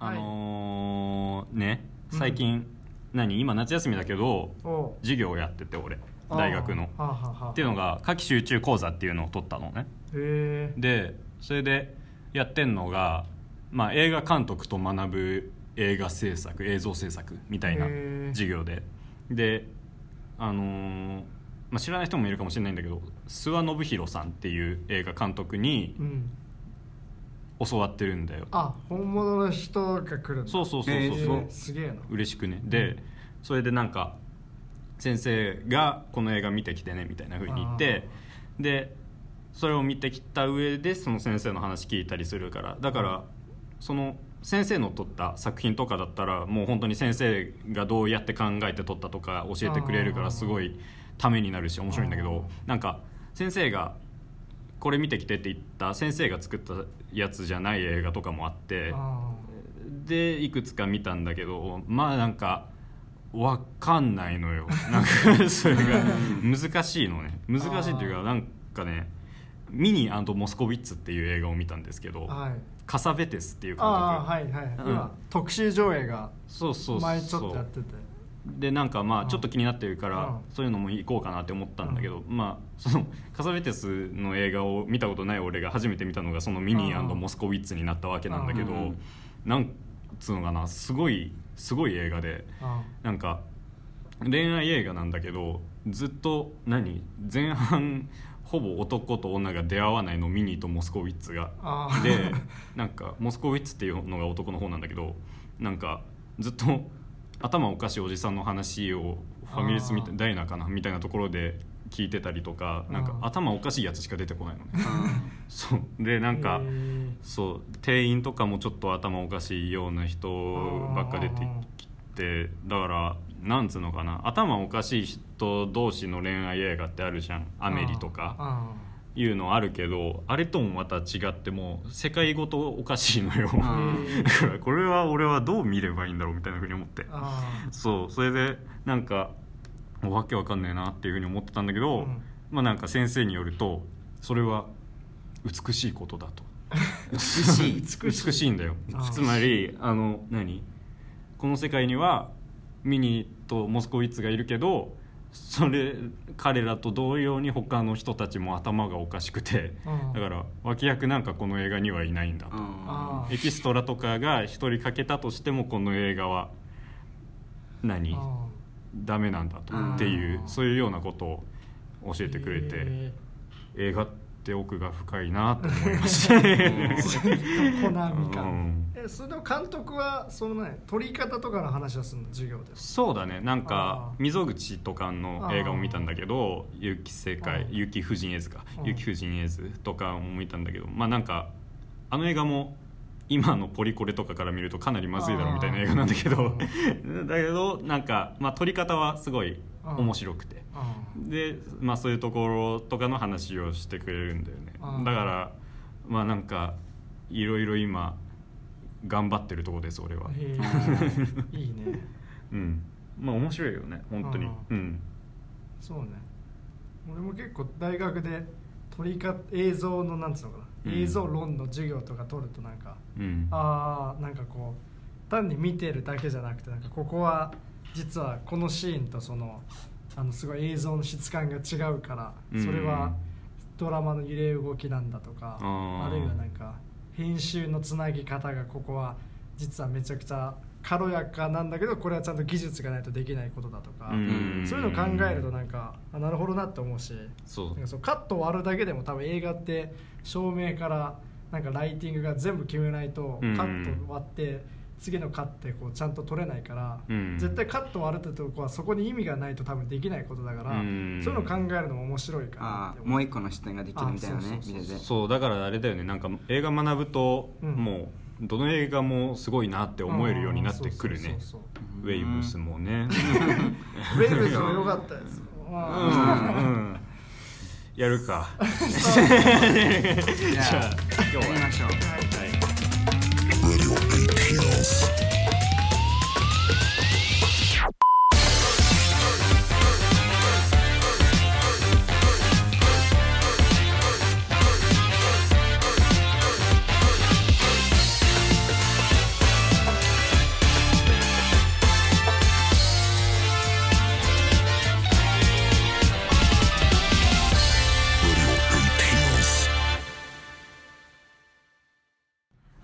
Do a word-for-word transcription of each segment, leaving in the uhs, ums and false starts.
あのー、ね最近、うん、何今夏休みだけど授業をやってて俺大学のはははっていうのが夏季集中講座っていうのを取ったのね。へでそれでやってんのが、まあ、映画監督と学ぶ映画制作映像制作みたいな授業でであのーまあ、知らない人もいるかもしれないんだけど諏訪信弘さんっていう映画監督に教わってるんだよ、うん、 あ本物の人が来るんだ。 そうそうそうそう、えー、 すげえな嬉しくね。で、うん、それでなんか先生がこの映画見てきてねみたいな風に言ってでそれを見てきた上でその先生の話聞いたりするからだからその先生の撮った作品とかだったらもう本当に先生がどうやって考えて撮ったとか教えてくれるからすごいためになるし面白いんだけどなんか先生がこれ見てきてって言った先生が作ったやつじゃない映画とかもあってでいくつか見たんだけどまあなんか分かんないのよなんかそれが難しいのね難しいっていうかなんかねミニ&モスコビッツっていう映画を見たんですけど、はい、カサベテスっていう監督あ、はいはいうん、今特集上映が前ちょっとやっててでなんかまあちょっと気になってるからそういうのも行こうかなって思ったんだけどまあそのカサベテスの映画を見たことない俺が初めて見たのがそのミニ&モスコビッツになったわけなんだけどなんつうのかなすごいすごい映画でなんか恋愛映画なんだけどずっと何前半ほぼ男と女が出会わないのミニーとモスコビッツがでなんかモスコビッツっていうのが男の方なんだけどなんかずっと頭おかしいおじさんの話をファミレスみたいダイナーかなみたいなところで聞いてたりとかなんか頭おかしいやつしか出てこないのねそうでなんかそう店員とかもちょっと頭おかしいような人ばっか出てきてだからなんつうのかな頭おかしい人同士の恋愛映画ってあるじゃんアメリとかいうのあるけどあれともまた違ってもう世界ごとおかしいのよだからこれは俺はどう見ればいいんだろうみたいな風に思ってそうそれでなんかわけわかんねえなっていう風に思ってたんだけど、うん、まあなんか先生によるとそれは美しいことだと美しい美しいんだよつまりあの何この世界にはミニとモスコビッツがいるけどそれ彼らと同様に他の人たちも頭がおかしくてだから脇役なんかこの映画にはいないんだとエキストラとかが一人かけたとしてもこの映画は何ダメなんだとっていうそういうようなことを教えてくれて映画って奥が深いなと思いましたコナミか、うん、えそれでも監督はその、ね、撮り方とかの話はするの授業でそうだねなんか溝口とかの映画を見たんだけど結城世界結城夫人絵図か結城夫人絵図とかも見たんだけどまあなんかあの映画も今のポリコレとかから見るとかなりまずいだろうみたいな映画なんだけどだけどなんか、まあ、撮り方はすごい面白くてで、まあ、そういうところとかの話をしてくれるんだよねだからまあなんかいろいろ今頑張ってるとこです俺はいいねうんまあ面白いよね本当にうんそうね俺も結構大学で撮り方映像のなんつうのかな映像論の授業とか取るとなんか、うん、ああなんかこう単に見てるだけじゃなくてなんかここは実はこのシーンとそのあのすごい映像の質感が違うからそれはドラマの揺れ動きなんだとか、うん、あるいはなんか編集のつなぎ方がここは実はめちゃくちゃ軽やかなんだけどこれはちゃんと技術がないとできないことだとか、うん、そういうのを考えるとなんかあなるほどなって思うしそうなんかそうカット割るだけでも多分映画って照明からなんかライティングが全部決めないとカット割って次のカットこうちゃんと撮れないから、うん、絶対カット割るってとこはそこに意味がないと多分できないことだから、うん、そういうのを考えるのも面白いかなって思う。 もう一個の視点ができるみたいなね。 そうだからあれだよねなんか映画学ぶともうどの映画もすごいなって思えるようになってくるね。ウェイブスもねウェイブスも良かったです。うんうんやるかじゃあ今日はやりましょう。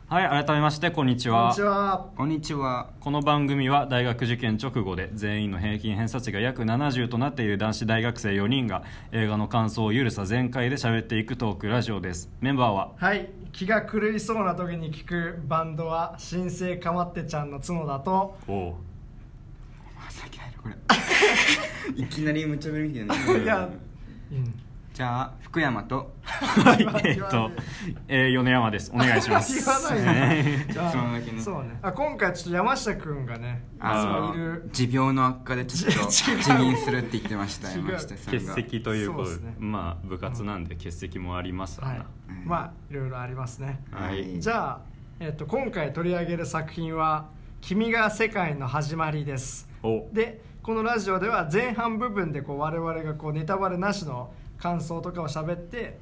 はい、改めましてこんにちは。 こんにちは。 こんにちは。 この番組は大学受験直後で全員の平均偏差値が約ななじゅうとなっている男子大学生よにんが映画の感想をゆるさ全開で喋っていくトークラジオです。メンバーは、 はい、気が狂いそうな時に聴くバンドは新生かまってちゃんの角田と、 おうまさき入るこれいきなり無茶ぶりみたいな。 いや、うんじゃあ福山とはいえっと、えー、米山です。お願いします言わないね。 じゃあそのだけね。 そうね。あ、今回ちょっと山下くんがね、いつもいる持病の悪化でちょっと辞任するって言ってました山下さんが。 欠席ということで、 そうですね、 まあ部活なんで欠席もありますわな、 はい、まあいろいろありますね。 はい、 じゃあ、えっと、今回取り上げる作品は君が世界の始まりです。 おでこのラジオでは前半部分でこう我々がこうネタバレなしの感想とかを喋って、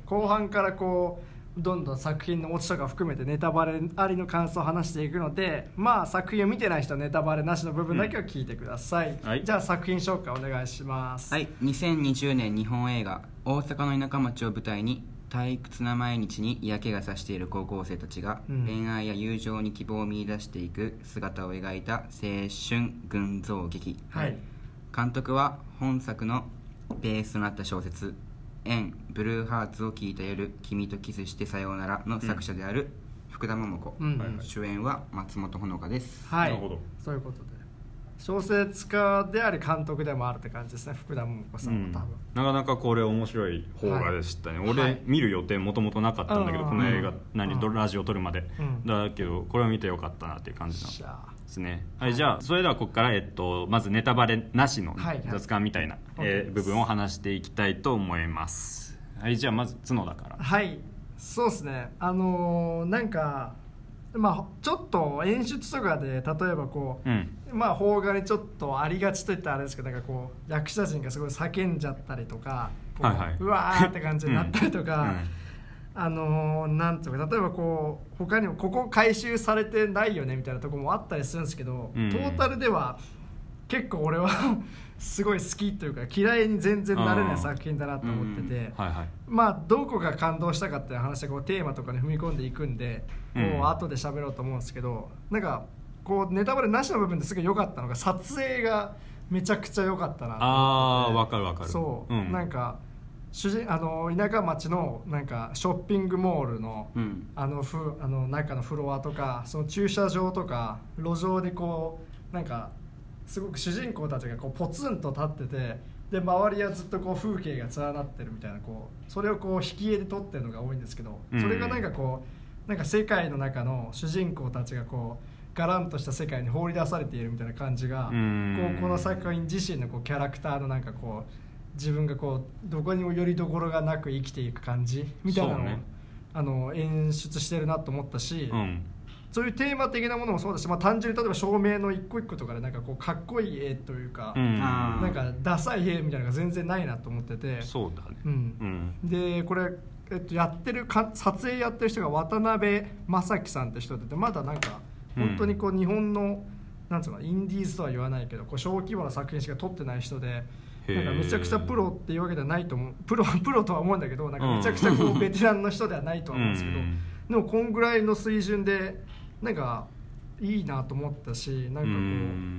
後半からこうどんどん作品のオチとか含めてネタバレありの感想を話していくので、まあ作品を見てない人はネタバレなしの部分だけを聞いてください、 うんはい、 じゃあ作品紹介お願いします。 はい、にせんにじゅうねん日本映画大阪の田舎町を舞台に退屈な毎日に嫌気がさしている高校生たちが恋愛や友情に希望を見出していく姿を描いた青春群像劇、 はい、 監督は本作のベースとなった小説縁ブルーハーツを聞いた夜君とキスしてさようならの作者である福田桃子、 うんうん、 主演は松本穂香です。 はい、 なるほど。 そういうことで小説家であり監督でもあるって感じですね、福田桃子さんは多分、 うん、なかなかこれ面白い邦画でしたね、はい、俺、 はい、 見る予定もともとなかったんだけど、この映画、 うん、 何、 うん、 ラジオ撮るまで、うん、だけどこれを見てよかったなっていう感じなんですね。はい、じゃあそれではここから、えっと、まずネタバレなしの雑談みたいな、はいはい、えー、部分を話していきたいと思います。はい、じゃあまず角田から。 はい、そうですね、あのー、なんかまあちょっと演出とかで例えばこう、うん、まあ邦画にちょっとありがちといったらあれですけど、なんかこう役者陣がすごい叫んじゃったりとか、はいはい、うわーって感じになったりとか、うんうん、あのー、なんていうか、例えばこう他にもここ回収されてないよねみたいなところもあったりするんですけど、うん、トータルでは結構俺はすごい好きというか嫌いに全然なれない作品だなと思ってて、はいはい、まあどこが感動したかっていう話でこうテーマとかに踏み込んでいくんで、こう後で喋ろうと思うんですけど、なんかこうネタバレなしの部分ですごい良かったのが撮影がめちゃくちゃ良かったなと思って。 あー、わかるわかる。 そう、うん、なんか主人あの田舎町のなんかショッピングモールの、うん、あのふあの中のフロアとか、その駐車場とか路上でこうなんかすごく主人公たちがこうポツンと立ってて、で周りはずっとこう風景が連なってるみたいな、こうそれをこう引き絵で撮ってるのが多いんですけど、それがなんかこうなんか世界の中の主人公たちがこうガランとした世界に放り出されているみたいな感じが、こうこの作品自身のこうキャラクターのなんかこう自分がこうどこにもよりどころがなく生きていく感じみたいなのを、ね、あの演出してるなと思ったし、うん、そういうテーマ的なものもそうだし、まあ、単純に例えば照明の一個一個とかでなんかこうかっこいい絵というか、うん、なんかダサい絵みたいなのが全然ないなと思ってて。 そうだね、 うんうん、でこれ、えっと、やってるか撮影やってる人が渡辺正樹さんって人で、まだなんか本当にこう日本のなんつうのインディーズとは言わないけどこう小規模な作品しか撮ってない人で、なんかめちゃくちゃプロっていうわけではないと思う、プロプロとは思うんだけど、なんかめちゃくちゃこうベテランの人ではないとは思うんですけど、うん、でもこんぐらいの水準でなんかいいなと思ったし、なんかこう、うん、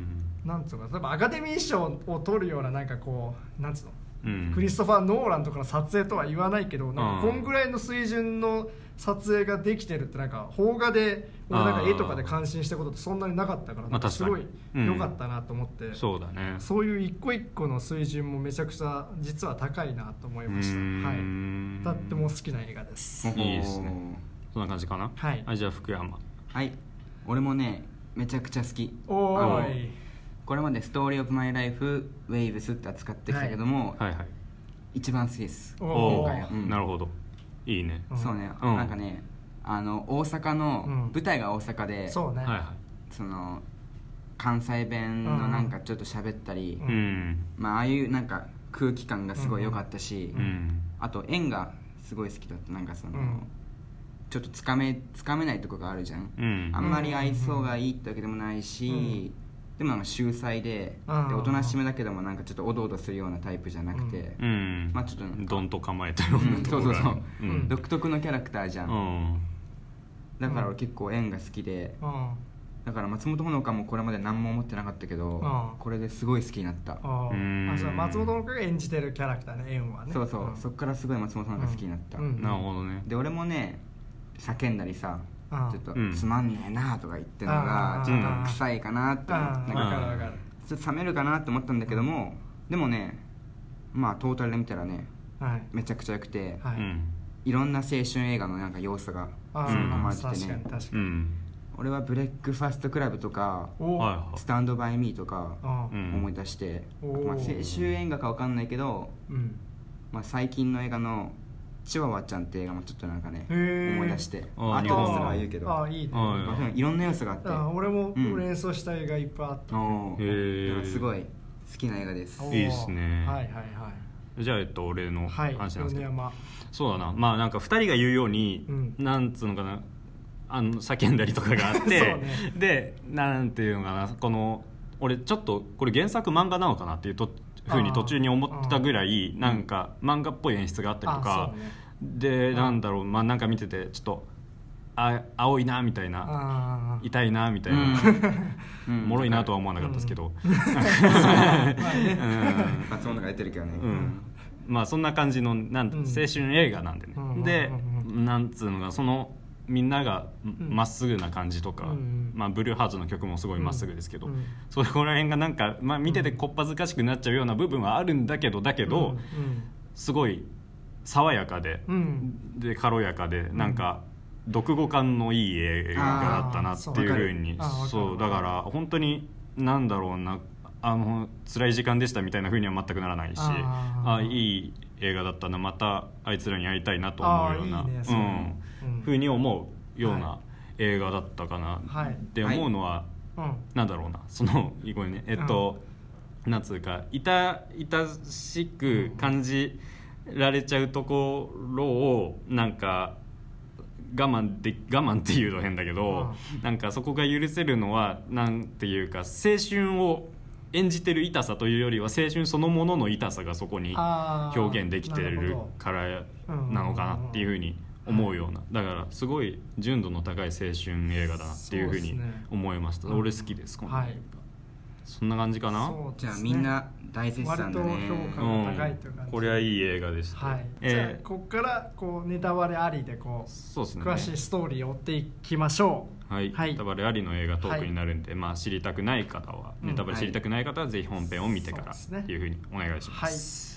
なんつうのか、例えばアカデミー賞を取るようななんかこうなんつうの、うん、クリストファー・ノーランとかの撮影とは言わないけど、なんかこんぐらいの水準の撮影ができてるって、なんか邦画で俺なんか絵とかで感心したことってそんなになかったから、なんかすごい良かったなと思って、うん、そうだね、そういう一個一個の水準もめちゃくちゃ実は高いなと思いました。はい、とっても好きな映画です。 いいですね。そんな感じかな。はい、はい、じゃあ福山。 はい、俺もねめちゃくちゃ好き。 おーい、 これまでストーリーオブマイライフウェイブスって扱ってきたけども、はいはいはい、一番好きです。 おー、うん、なるほど、いいね。 そうね、うん、なんかね、あの大阪の、うん、舞台が大阪で、 そうね、 その関西弁のなんかちょっと喋ったり、 うん、 まあああいうなんか空気感がすごい良かったし、うん、あと縁がすごい好きだった。なんかその、うん、ちょっとつかめつかめないとこがあるじゃん、うん、あんまり愛想がいいってわけでもないし、うん、でもなんか秀才 で, でおとなしめだけどもなんかちょっとおどおどするようなタイプじゃなくて、 うん、 まあちょっとドンと構えたようなところが、 そうそうそう、うん、独特のキャラクターじゃん、 うん、 だから俺結構縁が好きで、うん、だから松本穂香もこれまで何も思ってなかったけど、うん、これですごい好きになった。 ああ、そう、松本穂香が演じてるキャラクターね、縁はね。 そうそう、うん、そっからすごい松本穂香好きになった、うんうん、 なるほどね。 で俺もね叫んだりさ、ちょっとつまんねえなとか言ってるのがちょっと臭いかなって思って、なんかちょっと冷めるかなって思ったんだけども、でもねまあトータルで見たらね、はい、めちゃくちゃ良くて、はい、いろんな青春映画のなんか要素が詰め込まれててね、確かに確かに、うん、俺はブレックファストクラブとかスタンドバイミーとか思い出して、まあ、青春映画か分かんないけど、うんまあ、最近の映画のチワワちゃんって映画もちょっとなんかね思い出して、あ日本すら言うけど、 あいいね、 まあ、いろんな要素があって、 あ俺も連想した映画いっぱいあった、ね、 うん、へだからすごい好きな映画です。 いいですね。 はいはいはい。 じゃあ、えっと、俺の話なんですけど、 はい、 そうだな、まあなんかふたりが言うように、うん、なんつうのかな、あの叫んだりとかがあって、ね、でなんていうのかな、この俺ちょっとこれ原作漫画なのかなっていうとふうに途中に思ったぐらいなんか漫画っぽい演出があったりとか、でなんだろう、まあなんか見ててちょっとあ青いなみたいな、痛いなみたいな、うん、もろいなとは思わなかったですけど、 松本が出てるけどね、 うん、まあそんな感じのなん青春映画なんでね、うん、でなんつうのがそのみんながまっすぐな感じとか、うん、まあ、ブルーハーツの曲もすごいまっすぐですけど、うん、そこら辺がなんか、まあ、見ててこっぱずかしくなっちゃうような部分はあるんだけどだけど、うん、すごい爽やかで、うん、で軽やかでなんか読後感のいい映画だったなっていうふうに、そうだから本当になんだろうな、あの辛い時間でしたみたいなふうには全くならないし、ああいい映画だったな、またあいつらに会いたいなと思うような、いいね、うん、ふうに思うような映画だったかなって思うのは、はいはい、なんだろうな、そのごめんね、えっと、うん、なんつうかいたいたしく感じられちゃうところをなんか我慢で我慢っていうの変だけど、うん、なんかそこが許せるのはなんていうか、青春を演じてる痛さというよりは青春そのものの痛さがそこに表現できてるからなのかなっていうふうに思うような、だからすごい純度の高い青春映画だなっていうふうに思いました、ね、俺好きです、この、はい、そんな感じかな、 ね、じゃあみんな大絶賛だね、 割と評価が高いという感じ、 うん、これはいい映画でした、 はい、えー、じゃあここからこうネタバレありでこう、そうですね、詳しいストーリーを追っていきましょう。 はい、はい、ネタバレありの映画トークになるんで、はい、まあ、知りたくない方は、うん、ネタバレ知りたくない方はぜひ本編を見てからっていうふうにお願いします、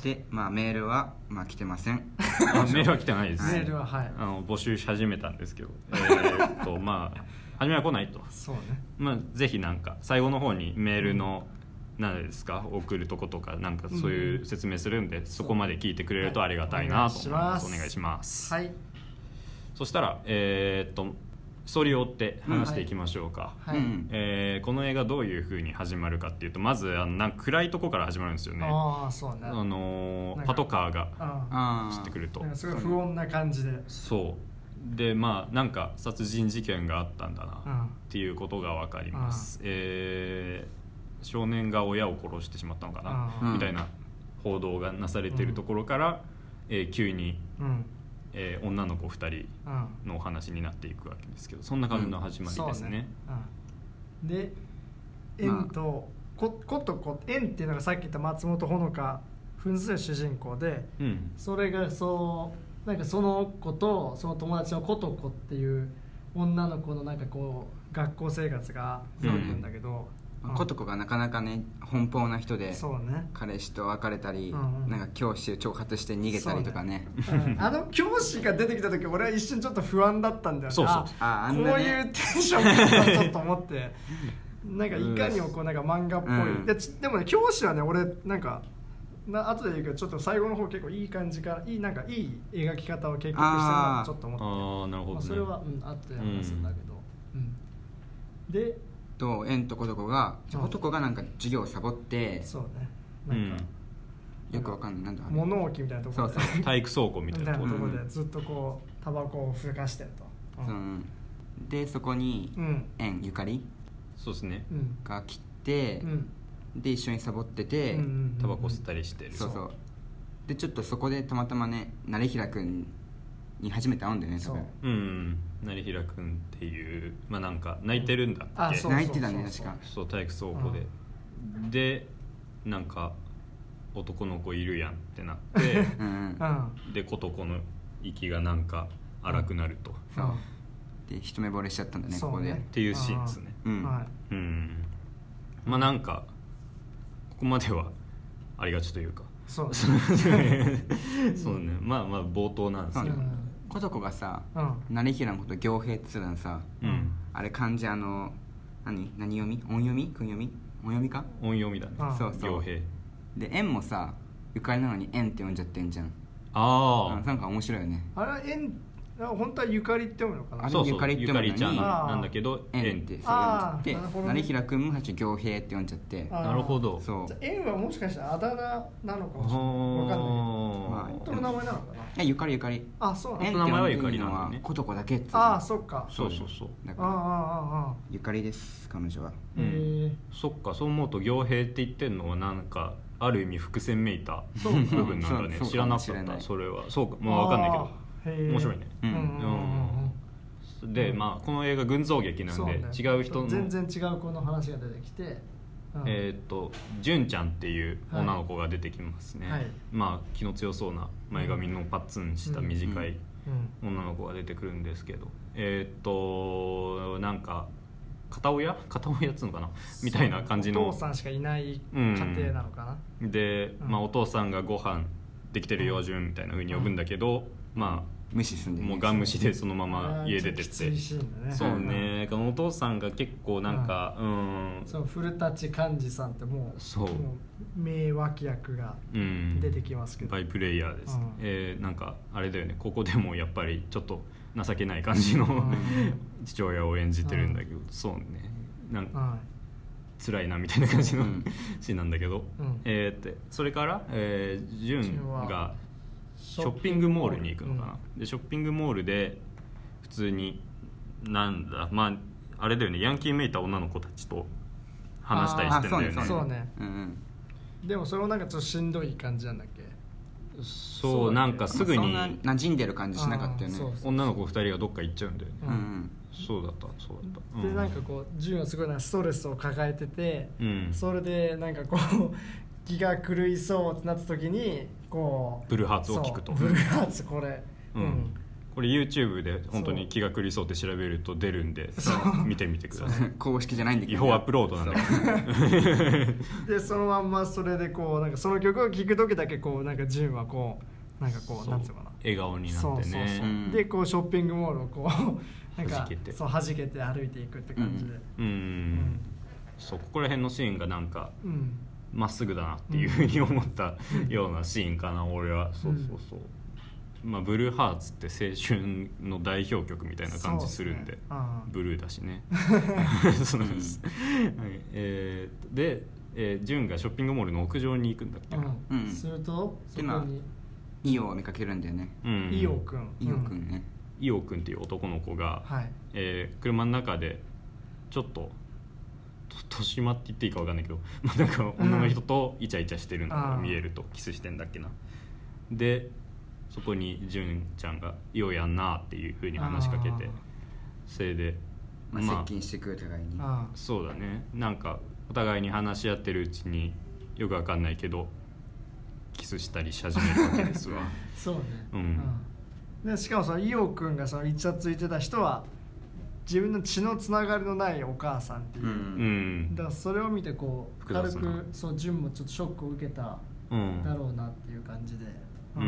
はい、で、まあ、メールは、まあ、来てませんメールは来てないです、 メールは、はい、 あの募集し始めたんですけど、えー、っとまあ初めは来ないと、 そうね、 まあ、ぜひなんか最後の方にメールの、うん、何ですか送るとことかなんかそういう説明するんで、うん、そこまで聞いてくれるとありがたいなと思います。お願いします。はい、そしたらえー、っとストーリーを追って話していきましょうか、はい、えー、この映画どういう風に始まるかっていうと、まずあのなんか暗いとこから始まるんですよね。 あそうね、 あのー、パトカーが走ってくるとすごい不穏な感じで、 そうで、まあなんか殺人事件があったんだなっていうことが分かります、えー、少年が親を殺してしまったのかなみたいな報道がなされているところから、うん、えー、急に、うん、えー、女の子ふたりのお話になっていくわけですけど、そんな感じの始まりですね、うんね、 うん、で縁とこことこ縁っていうのがさっき言った松本穂香扮する主人公で、うん、それがそうなんかその子とその友達のことこっていう女の子のなんかこう学校生活が続くんだけど、 うん、ことこがなかなかね奔放な人で、 そうね、 彼氏と別れたり、うんうん、なんか教師を挑発して逃げたりとか ね, ね、うん、あの教師が出てきた時俺は一瞬ちょっと不安だったんだよね。 そうそう、 ああ、ね、こういうテンションだとちょっと思ってなんかいかにもこうなんか漫画っぽい、うん、で, でもね教師はね俺なんかな後で言うけどちょっと最後の方結構いい感じからいいなんかいい描き方を結局してるなとちょっと思って、 ああなるほど、ね、まあ、 それは、うん、後で話すんだけど、うんうん、でと縁とことこがことこがなんか授業をサボって、 そうね、なんか、 うん、よくわかんないなんだ物置みたいなところで、 そうそう体育倉庫みたいなところでずっとこうタバコをふかしてると、 うん、でそこに縁、うん、ゆかりそうですねが来て、うん、で一緒にサボってて、うんうん、 タバコ吸ったりしてる、 そうそうでちょっとそこでたまたまね成平くんに初めて会うんだよね多分。 うん成平くんっていう、まあなんか泣いてるんだっけ、 あそう泣いてたね確か。 そう体育倉庫で、うん、でなんか男の子いるやんってなって、うん、でことこの息がなんか荒くなると、 うん、そうで一目惚れしちゃったんだねここでっていうシーンですね。 うん、はい、うん、まあなんかここまではありがちというかそうそうねまあまあ冒頭なんですけど、 ことこがさ、うん、成平のこと行平って言ってたのさ、うん、あれ漢字あの何何読み音読み訓読み音読みか音読みだね。 そうそう行平で縁もさゆかりなのに縁って読んじゃってんじゃん。 ああなんか面白いよね。 あれは縁本当はゆかりって読むのかな。 そうそうゆかりって読むのにゆかりちゃんなんだけど縁ってそう読んじゃって成平くんも八行平って読んじゃって。 なるほど。 そうじゃ縁はもしかしたらあだ名なのかもしれない。分かんないけど、まあ、本当の名前なのかな。 えゆかりゆかり。 あそうなんだ。名前はゆかりなんだね。 ことこだけって。 ああそっか。 そうそうそう。 だからああああゆかりです彼女は。 へえ。そっかそう思うと行平って言ってんのはなんかある意味伏線めいた部分なんだね。知らなかったそれは。そうかまあ分かんないけど。面白いね。うん。でまあこの映画群像劇なんで違う人の全然違う子の話が出てきて、 えっと純ちゃんっていう女の子が出てきますね。まあ気の強そうな前髪のパッツンした短い女の子が出てくるんですけど、えっとなんか片親片親っつうのかなみたいな感じのお父さんしかいない家庭なのかな。でまあお父さんがご飯できてるよ純みたいな風に呼ぶんだけど、まあ無視すんで、ね、 もうガン無視でそのまま家出てって、 ね、 そうね、このお父さんが結構なんか、うん、 うん、そう古舘寛治さんってもうそうもう名脇役が出てきますけど、 うん、バイプレイヤーです、うん、えー、なんかあれだよねここでもやっぱりちょっと情けない感じの、うん、父親を演じてるんだけど、うん、そうねなんか、うん辛いなみたいな感じの、うん、シーンなんだけど、うん、えー、それから、えー、純がショッピングモールに行くのかな、うん、でショッピングモールで普通になんだまああれだよねヤンキーめいた女の子たちと話したりしてんだよね。 そうね、うんうん、でもそれもなんかちょっとしんどい感じなんだっけ。 そうなんかすぐに馴染んでる感じしなかったよね。そうそう女の子ふたりがどっか行っちゃうんだよね、うんうん、そうだったそうだった、 うん、でなんかこう純はすごいなんかストレスを抱えてて、うん、それでなんかこう気が狂いそうってなった時にこうブルーハーツを聞くとブルーハーツこれ、 うんうん、これ YouTube で本当に気が狂いそうって調べると出るんで見てみてください。 公式じゃないんだけど、 違法アップロードなんだけどでそのまんまそれでこうなんかその曲を聴く時だけこうなんか純はこうなんかこうなんつうのかな笑顔になってね。そうそうそう、 うん、でこうショッピングモールをこうなんか弾けてそう弾けて歩いていくって感じで、うん、うんうん、 そうここら辺のシーンがなんか、うんまっすぐだなっていうふうに思ったようなシーンかな、うん、俺はそうそうそう、まあ、ブルーハーツって青春の代表曲みたいな感じするん で, で、ね、ブルーだしねそうです、はいえー、で、えー、純がショッピングモールの屋上に行くんだっけな、 うん、するとそこにイオを見かけるんだよね、 うん、イオくんイオくんね、 イオくんっていう男の子が、はいえー、車の中でちょっと豊島って言っていいか分かんないけど、まあ、なんか女の人とイチャイチャしてるのが見えると、うん、キスしてんだっけな。でそこに純ちゃんが「ようやんな」っていう風に話しかけて、それで、 まあまあ、接近してくる互いに。 そうだねなんかお互いに話し合ってるうちによく分かんないけどキスしたりし始めるわけですわそうね、うんうん、でしかもそのイオくんがそのイチャついてた人は自分の血のつながりのないお母さんっていう、うん、だからそれを見てこう軽くそう純もちょっとショックを受けただろうなっていう感じで、 うんうん、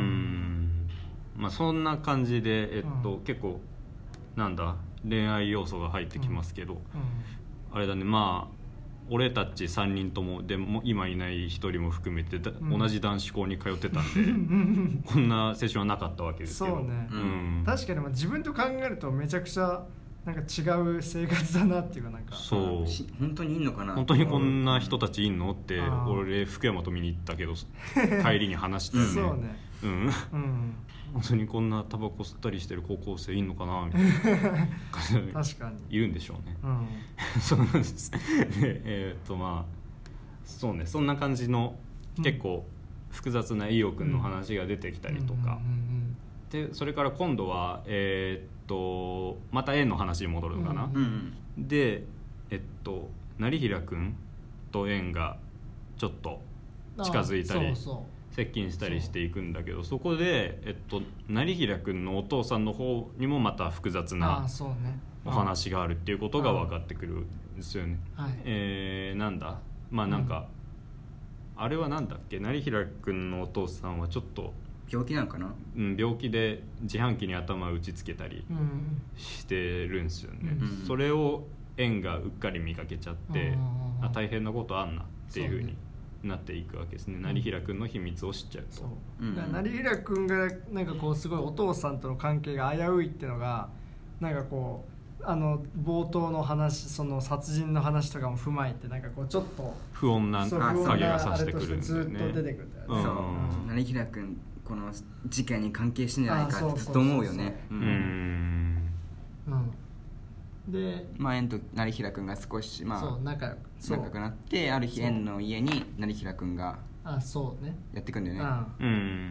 まあそんな感じで、えっとうん、結構なんだ恋愛要素が入ってきますけど、うんうん、あれだねまあ俺たちさんにんともでも今いないひとりも含めて、うん、同じ男子校に通ってたんでこんな青春はなかったわけですけどそうね、うん、確かに自分と考えるとめちゃくちゃなんか違う生活だなっていうかなんかそう本当にいんのかな本当にこんな人たちいんのって俺福山と見に行ったけど帰りに話してねそうねうん、うん、本当にこんなタバコ吸ったりしてる高校生いんのかなみたいな確かにいるんでしょうね、うん、そうなんですでえー、っとまあそうねそんな感じの結構複雑なイオくんの話が出てきたりとか、っでそれから今度はえー、っとまた縁の話に戻るのかな、うんうん、でえっと成平君と縁がちょっと近づいたりそうそう接近したりしていくんだけど そ, そこで、えっと、成平君のお父さんの方にもまた複雑なお話があるっていうことが分かってくるんですよね、はい、えー、なんだまあなんか、うん、あれはなんだっけ成平君のお父さんはちょっと病気なんかな、 うん、病気で自販機に頭を打ちつけたりしてるんですよね、うん、それを縁がうっかり見かけちゃって、あ大変なことあんなっていう風になっていくわけですね。成平君の秘密を知っちゃうと。 そう、うん、だから成平君がなんかこうすごいお父さんとの関係が危ういっていうのがなんかこうあの冒頭の話、その殺人の話とかも踏まえてなんかこうちょっと不穏な影がさしてくるんだよね。 ずっと出てくるんだよね。 そう、うん、成平君この事件に関係してんじゃないかってずっと思うよね。うん。で、まあ、縁と成平君が少し、まあ、そう仲良くそう仲良くなってある日縁の家に成平君があそうねやってくんだよね。 うん、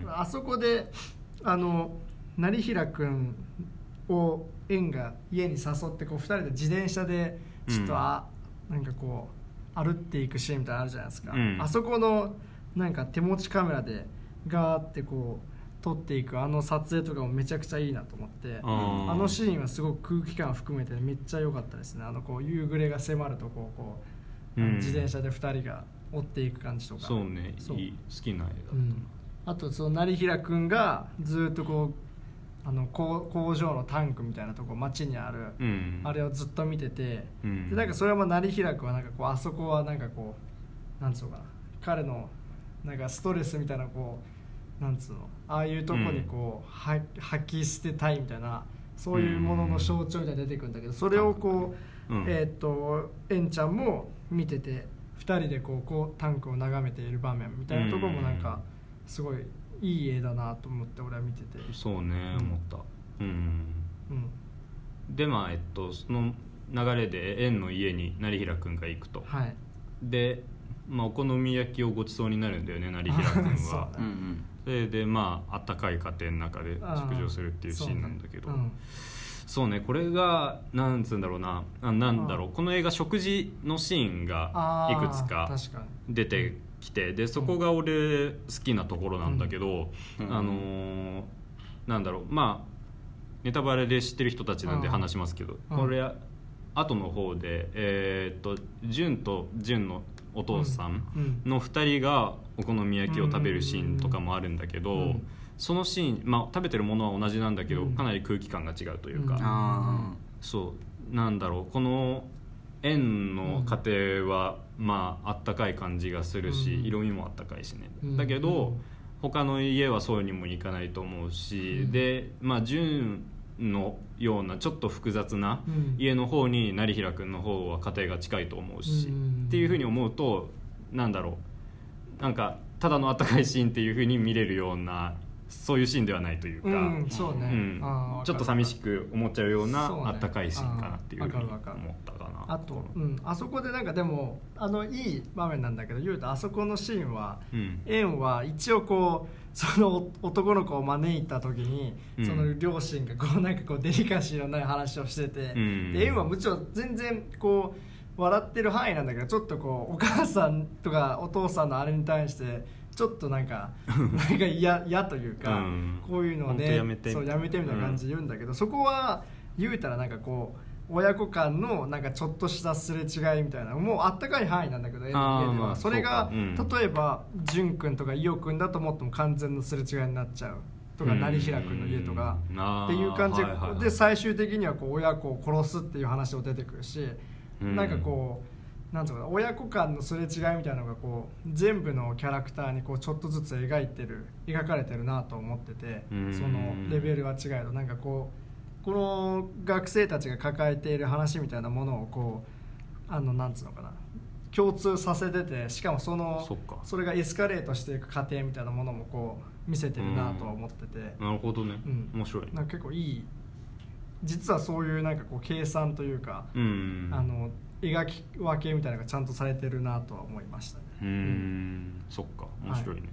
あそこであの成平君を縁が家に誘ってこうふたりで自転車でちょっとあ、うん、なんかこう歩っていくシーンみたいなのあるじゃないですか、うん、あそこのなんか手持ちカメラでガーってこう撮っていくあの撮影とかもめちゃくちゃいいなと思って、あ, あのシーンはすごく空気感を含めてめっちゃ良かったですね。あのこう夕暮れが迫るとこうこう、うん、自転車でふたりが追っていく感じとか。 そうね、そういい好きな絵だった、うん、 あとその成平君がずっとこうあの工場のタンクみたいなとこ街にある、うん、あれをずっと見てて、うん、でなんかそれも成平君はなんかこうあそこはなんかこうなんつうのかな、彼のなんかストレスみたいなこうなんつうのああいうとこにこう、うん、吐き捨てたいみたいなそういうものの象徴みたいに出てくるんだけど、それをこう、うん、えー、っとエンちゃんも見ててふたりでこうこうタンクを眺めている場面みたいなところもなんかすごいいい絵だなと思って俺は見てて。 そうね、うん、思ったうん、うん、でまあえっとその流れで縁の家に成平君が行くと、はい、で、まあ、お好み焼きをごちそうになるんだよね成平君はそ、ね、うんうん、それでまああったかい家庭の中で食事をするっていうシーンなんだけど、そうね、うん、そうね、これがなんつうんだろうな、あなんだろう、この映画食事のシーンがいくつか出てきて、でそこが俺好きなところなんだけど、うん、あのー、なんだろう、まあネタバレで知ってる人たちなんで話しますけど、これ後の方でえー、っと純と純のお父さんのふたりがお好み焼きを食べるシーンとかもあるんだけど、うん、そのシーン、まあ、食べてるものは同じなんだけど、うん、かなり空気感が違うというか、うん、そうなんだろう、この縁の家庭は、まああったかい感じがするし、うん、色味もあったかいしね、うん、だけど他の家はそうにもいかないと思うし、うん、でまあ純のようなちょっと複雑な家の方に成平君の方は家庭が近いと思うし、うん、っていう風に思うとなんだろう、なんかただのあったかいシーンっていう風に見れるようなそういうシーンではないというか、うんそうね、うん、あちょっと寂しく思っちゃうようなあったかいシーンかなっていう風に思ったかな。 あと、うん、あそこでなんかでもあのいい場面なんだけど言うとあそこのシーンは、うん、縁は一応こうその男の子を招いた時に、うん、その両親がこうなんかこうデリカシーのない話をしてて、うん、で縁はもちろん全然こう笑ってる範囲なんだけどちょっとこうお母さんとかお父さんのあれに対してちょっとなんかなんか嫌嫌というか、うん、こういうのをねやめてそうやめてみたいな感じで言うんだけど、うん、そこは言うたらなんかこう親子間のなんかちょっとしたすれ違いみたいなもうあったかい範囲なんだけど家ではそれが、うん、例えば淳君とか伊代君だと思っても完全なすれ違いになっちゃうとか成平君の家とかっていう感じ で,、はいはいはい、で最終的にはこう親子を殺すっていう話も出てくるし、うん、なんかこうなんつうか親子間のすれ違いみたいなのがこう全部のキャラクターにこうちょっとずつ描いてる描かれてるなと思ってて、うん、そのレベルは違うとなんかこうこの学生たちが抱えている話みたいなものをこうあのなんつうのかな共通させててしかもその そ, それがエスカレートしていく過程みたいなものもこう見せてるなとは思ってて、 なるほどね、うん、面白い。 なんか結構いい実はそういうなんかこう計算というか、うん、あの描き分けみたいなのがちゃんとされてるなとは思いましたね。 うん、うん、そっか面白いね、はい、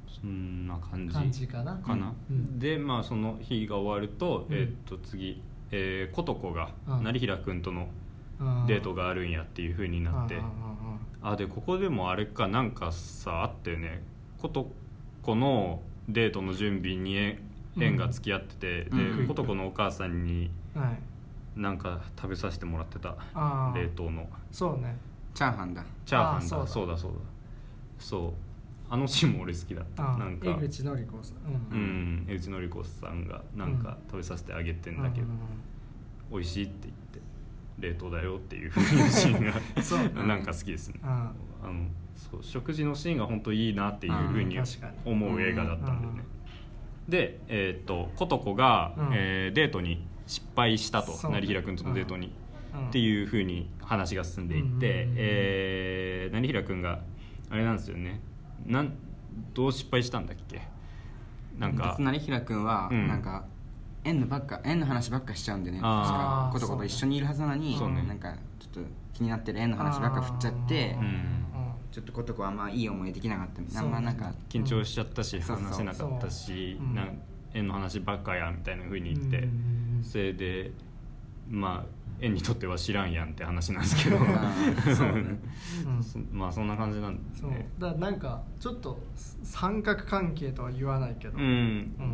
そんな感じ感じかなかな、うん、でまあその日が終わると、うん、えー、っと次、えー、ことこが成平君とのデートがあるんやっていう風になって、ああでここでもあれかなんかさあったよね、ことこのデートの準備に縁が付き合ってて、うん、で、うん、ことこのお母さんになんか食べさせてもらってた、冷凍のそうねチャーハンだチャーハンだそうだそうだそうだそうあのシーンも俺好きだった。なんか江口のり子さん、 うん、うん、江口のり子さんがなんか食べさせてあげてんだけど、うん、美味しいって言って冷凍だよっていう風にシーンがなんか好きですね。あのそう食事のシーンが本当いいなっていう風に思う映画だったんだよね。で、えー、っとことこが、うんえー、デートに失敗したと、成平君とのデートに、うん、っていう風に話が進んでいって、うんえー、成平君があれなんですよね、なんどう失敗したんだっけ。なんか成平君はなんか、うん、縁のばっか縁の話ばっかしちゃうんでね、確かことこと一緒にいるはずなのに、ね、なんかちょっと気になってる縁の話ばっか振っちゃって、うん、ちょっとことこはあんまいい思いできなかったみたいな、なんか緊張しちゃったし、うん、話せなかったし、うん、なん縁の話ばっかやみたいな風に言って、うん、それでまあ縁にとっては知らんやんって話なんですけどそう、ねうん、まあそんな感じなんですね。 だからなんかちょっと三角関係とは言わないけど、 うんうん、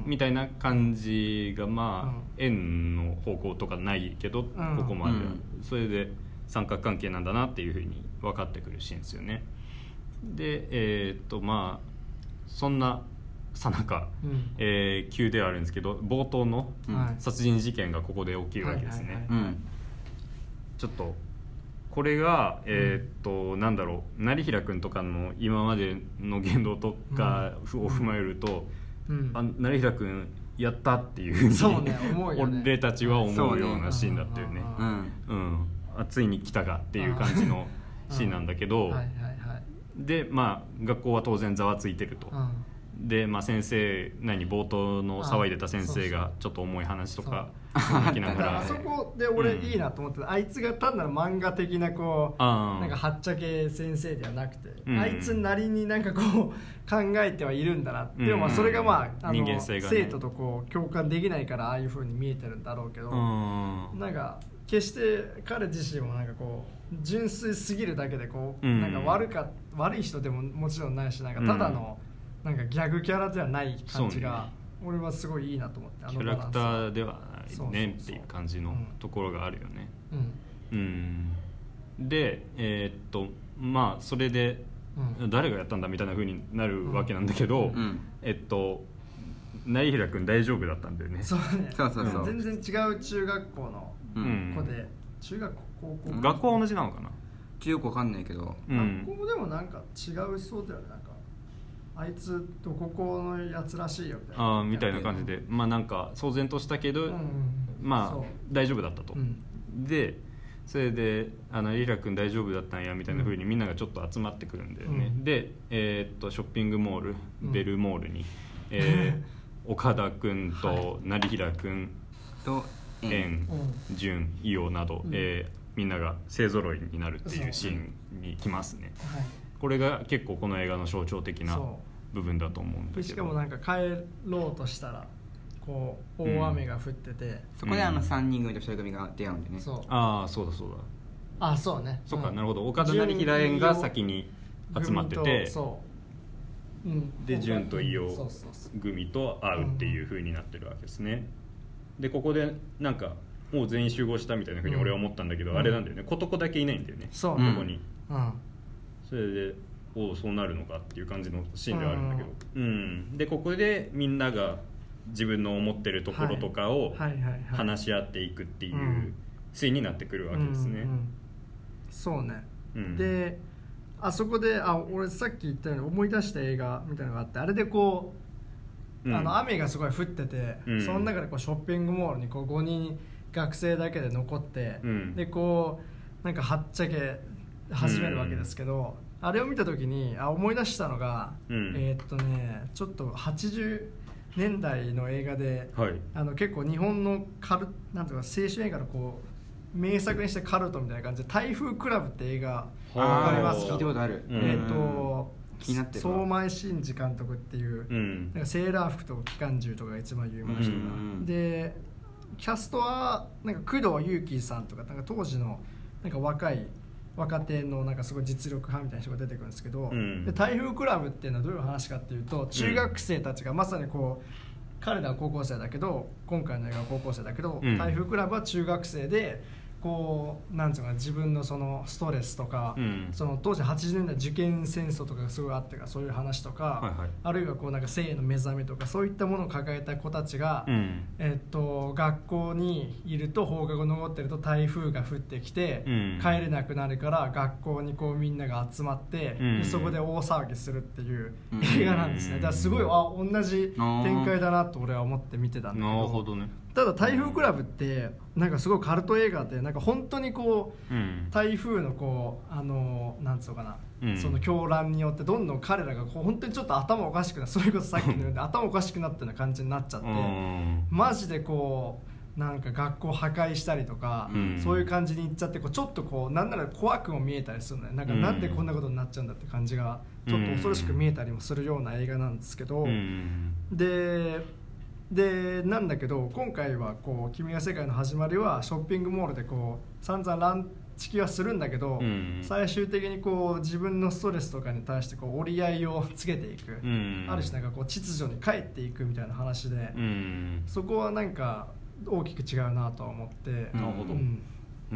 みたいな感じがまあ、うん、縁の方向とかないけど、うん、ここまで、うん、それで三角関係なんだなっていうふうに分かってくるシーンですよね。でえー、っとまあそんなさなか、うんえー、急ではあるんですけど冒頭の殺人事件がここで起きるわけですね。ちょっとこれが、えー、っとなんだろう成平君とかの今までの言動とかを踏まえると、うん、あ成平君やったっていうふうにそう、ね思うよね、俺たちは思うようなシーンだったよね。うん、あついに来たかっていう感じのシーンなんだけど、でまあ学校は当然ざわついてると。でまあ、先生何冒頭の騒いでた先生がちょっと重い話とか聞きながらあそこで俺いいなと思って、うん、あいつが単なる漫画的なこうなんかはっちゃけ先生ではなくて、うん、あいつなりになんかこう考えてはいるんだな、うん、でもまあそれがまあ、あの人間性が、ね、生徒とこう共感できないからああいう風に見えてるんだろうけど、うん、なんか決して彼自身もなんかこう純粋すぎるだけでこう、うん、なんか悪か悪い人でももちろんないし、なんかただの、うんなんかギャグキャラではない感じが俺はすごいいいなと思って、 あのキャラクターではないねっていう感じのところがあるよね。うん、うん、でえー、っとまあそれで、うん、誰がやったんだみたいな風になるわけなんだけど、うん、えっと成平君大丈夫だったんだよね。 そうねそうそうそう、全然違う中学校の子で、うん、中学校高校学校は同じなのかな、 よくわかんないけど、 うん、学校でもなんか違うそうだよね、なんかあいつとここのやつらしいよみたいなあみたいな感じで、まあなんか騒然としたけど、うんうん、まあ大丈夫だったと、うん、でそれであのリラ君大丈夫だったんやみたいな風にみんながちょっと集まってくるんだよね、うん、で、えー、っとショッピングモール、うん、ベルモールに、えー、岡田君と成平君と円潤伊代など、うんえー、みんなが勢ぞろいになるっていうシーンに来ますね、はいこれが結構この映画の象徴的な部分だと思うんだけど、 しかもなんか帰ろうとしたらこう大雨が降ってて、うん、 そこであのさんにん組とひとり組が出会うんでね、 そうああそうだそうだあそうねそうか、うん、なるほど岡田成平園が先に集まっててそう、うん、で潤と伊代組と会うっていう風になってるわけですね。でここでなんかもう全員集合したみたいな風に俺は思ったんだけど、うん、あれなんだよねことこだけいないんだよねそうここに、うんそれでおそうなるのかっていう感じのシーンではあるんだけど、うんうん、でここでみんなが自分の思ってるところとかを話し合っていくっていうシーンになってくるわけですね、うんうん、 そうね、うん、であそこであ俺さっき言ったように思い出した映画みたいなのがあって、あれでこう、うん、あの雨がすごい降ってて、うん、その中でこうショッピングモールにこうごにん学生だけで残って、うん、でこうなんかはっちゃけ始めるわけですけど、うん、あれを見た時にあ思い出したのが、うん、えー、っとねちょっとはちじゅうねんだいの映画で、はい、あの結構日本のカルなんていうか青春映画のこう名作にしてカルトみたいな感じで台風クラブって映画わかりますか？ 聞いたことある。 えー、っと気になってる相前真司監督っていう、うん、なんかセーラー服と機関銃とかが一番有名な人が、うん、でキャストはなんか工藤祐樹さんとか、なんか当時のなんか若い若手のなんかすごい実力派みたいな人が出てくるんですけど、うん、で台風クラブっていうのはどういう話かっていうと、中学生たちがまさにこう彼らは高校生だけど、今回の映画は高校生だけど、うん、台風クラブは中学生でこうなんていうか自分のそのストレスとか、うん、その当時はちじゅうねんだい受験戦争とかがすごいあってからそういう話とか、はいはい、あるいはこうなんか性の目覚めとかそういったものを抱えた子たちが、うん、えっと学校にいると放課後残ってると台風が降ってきて、うん、帰れなくなるから学校にこうみんなが集まって、うん、でそこで大騒ぎするっていう映画なんですね。だからすごいあ同じ展開だなと俺は思って見てたんだけど、 なるほどね。 ただ台風クラブってなんかすごいカルト映画で、なんか本当にこう、うん、台風のこうあのなんつうのかな、うん、その狂乱によってどんどん彼らがこう本当にちょっと頭おかしくなる、それこそさっきのように頭おかしくなったような感じになっちゃって、マジでこうなんか学校破壊したりとか、うん、そういう感じにいっちゃってこうちょっとこうなんなら怖くも見えたりするのね。なんかなんでこんなことになっちゃうんだって感じがちょっと恐ろしく見えたりもするような映画なんですけど、うん、ででなんだけど今回はこう君が世界の始まりはショッピングモールでこう散々ランチキはするんだけど、うん、最終的にこう自分のストレスとかに対してこう折り合いをつけていく、うん、ある種なんかこう秩序に帰っていくみたいな話で、うん、そこはなんか大きく違うなとは思って、なるほど、うんうん、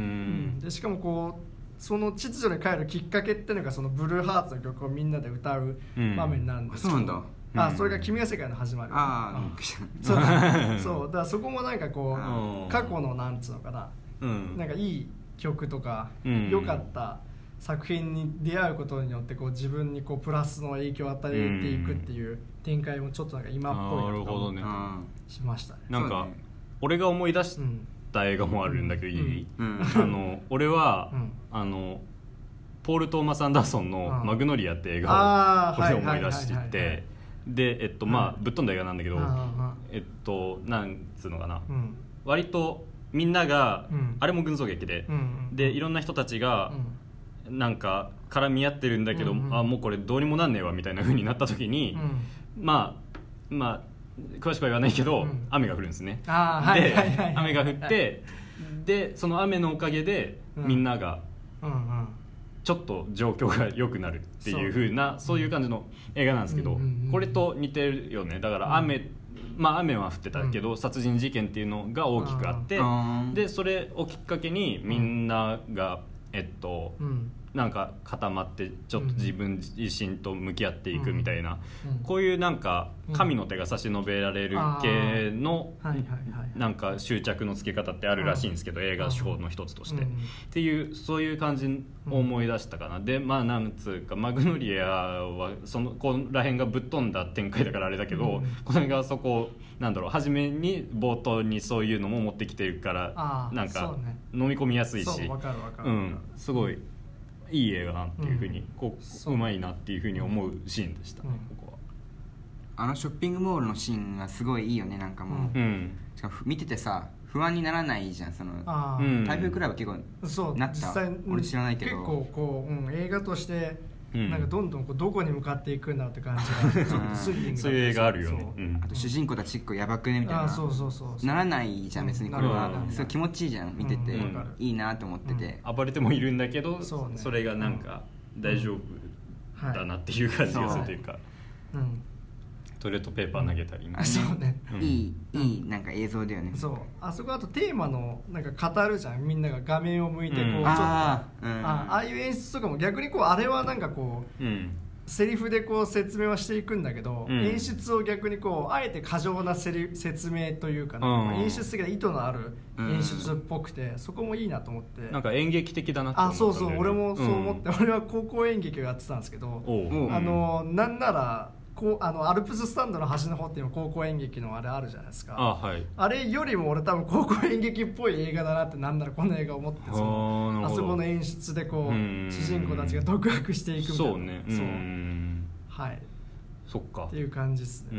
でしかもこうその秩序に帰るきっかけっていうのがそのブルーハーツの曲をみんなで歌う場面になるんですけど、うん、そうなんだ。あ、それが君が世界の始まり。ああ、そうだそうだからそこもなんかこう過去のなんつうのかな、うん、なんかいい曲とか良、うん、かった作品に出会うことによってこう自分にこうプラスの影響を与えていくっていう展開もちょっとなんか今っぽいなとか、ね、しましたね。 なんか俺が思い出した映画もあるんだけど、いい、うん、あの俺は、うん、あのポール・トーマス・アンダーソンのマグノリアって映画をこれ思い出していて、でえっとまあぶっ飛んだ映画なんだけど、えっとなんつうのかな、割とみんながあれも群像劇ででいろんな人たちがなんか絡み合ってるんだけど、あもうこれどうにもなんねえわみたいな風になった時に、まあまあ詳しくは言わないけど雨が降るんですね。で雨が降ってでその雨のおかげでみんながちょっと状況が良くなるっていう風なそういう感じの映画なんですけど、これと似てるよね。だから雨、まあ雨は降ってたけど、殺人事件っていうのが大きくあって、でそれをきっかけにみんながえっとなんか固まってちょっと自分自身と向き合っていくみたいな、こういうなんか神の手が差し伸べられる系のなんか執着のつけ方ってあるらしいんですけど、映画手法の一つとしてっていうそういう感じを思い出したかな。でまあなんつうかマグノリアはそのこら辺がぶっ飛んだ展開だからあれだけど、この映画はそこなんだろう初めに冒頭にそういうのも持ってきてるからなんか飲み込みやすいし、うんすごいいい映画なっていうふうに、うん、こううまいなっていうふうに思うシーンでしたね、うん、ここは。 あのショッピングモールのシーンがすごいいいよね。なんかもう、うん、しかも見ててさ不安にならないじゃん。その台風クラブ結構そうなった。俺知らないけど結構こう、うん、映画としてなんかどんどんこうどこに向かっていくんだって感じがちょっとスリリングそういう映画あるよね、うん、 あと主人公たち結構やばくねみたいな、あそうそうそうならないじゃん別にこれは、うん、すごい気持ちいいじゃん見てて、うん、いいなと思ってて、 うん、暴れてもいるんだけど そ,、ね、それがなんか大丈夫だなっていう感じがするというか、うん、トイレットペーパー投げたり、 うん、そうね、 うん、いいいいなんか映像だよね。 そうあそこあとテーマのなんか語るじゃんみんなが画面を向いてこう、うん、ちょっと あ,、うん、あああいう演出とかも逆にこうあれはなんかこう、うんセリフでこう説明はしていくんだけど、うん、演出を逆にこうあえて過剰なセリ説明というか、ねうん、演出的な意図のある演出っぽくて、うん、そこもいいなと思って、 なんか演劇的だなって思った、 ね、あそうそう俺もそう思って、うん、俺は高校演劇をやってたんですけど、あのなんならこうあのアルプススタンドの端の方っていうの高校演劇のあれあるじゃないですか。 あ,、はい、あれよりも俺多分高校演劇っぽい映画だなってなんならこの映画思って、そのあそこの演出でこう主人公たちが独白していくみたいな、そうね、そうはい、 そっかっていう感じですね。うん、うん、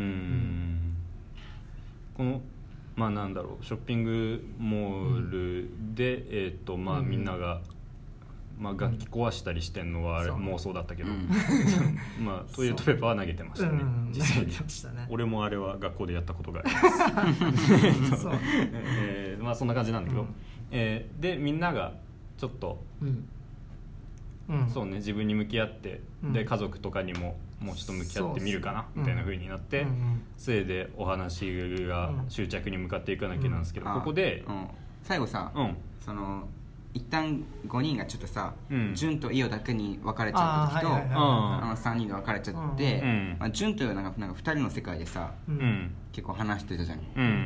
このまあなんだろうショッピングモールで、うん、えっ、ー、とまあみんながまあ、楽器壊したりしてんのはあれ妄想だったけど、うん、まあトイレットペーパーは投げてましたね、うん、実際に、ね、俺もあれは学校でやったことがありますそう、えー、まあそんな感じなんだけど、うん、えー、でみんながちょっと、うんうん、そうね自分に向き合って、うん、で家族とかにももうちょっと向き合ってみるかなみたいな風になって、うん、それでお話が終着に向かっていくだけなんですけど、うん、ここで、 うん、最後さ、うん、その一旦ごにんがちょっとさ、うん、純とイオだけに別れちゃった時と、あ、はいはいはい、あのさんにんで別れちゃって、うんまあ、純とイオなんかなんかふたりの世界でさ、うん、結構話してたじゃん、うんうん、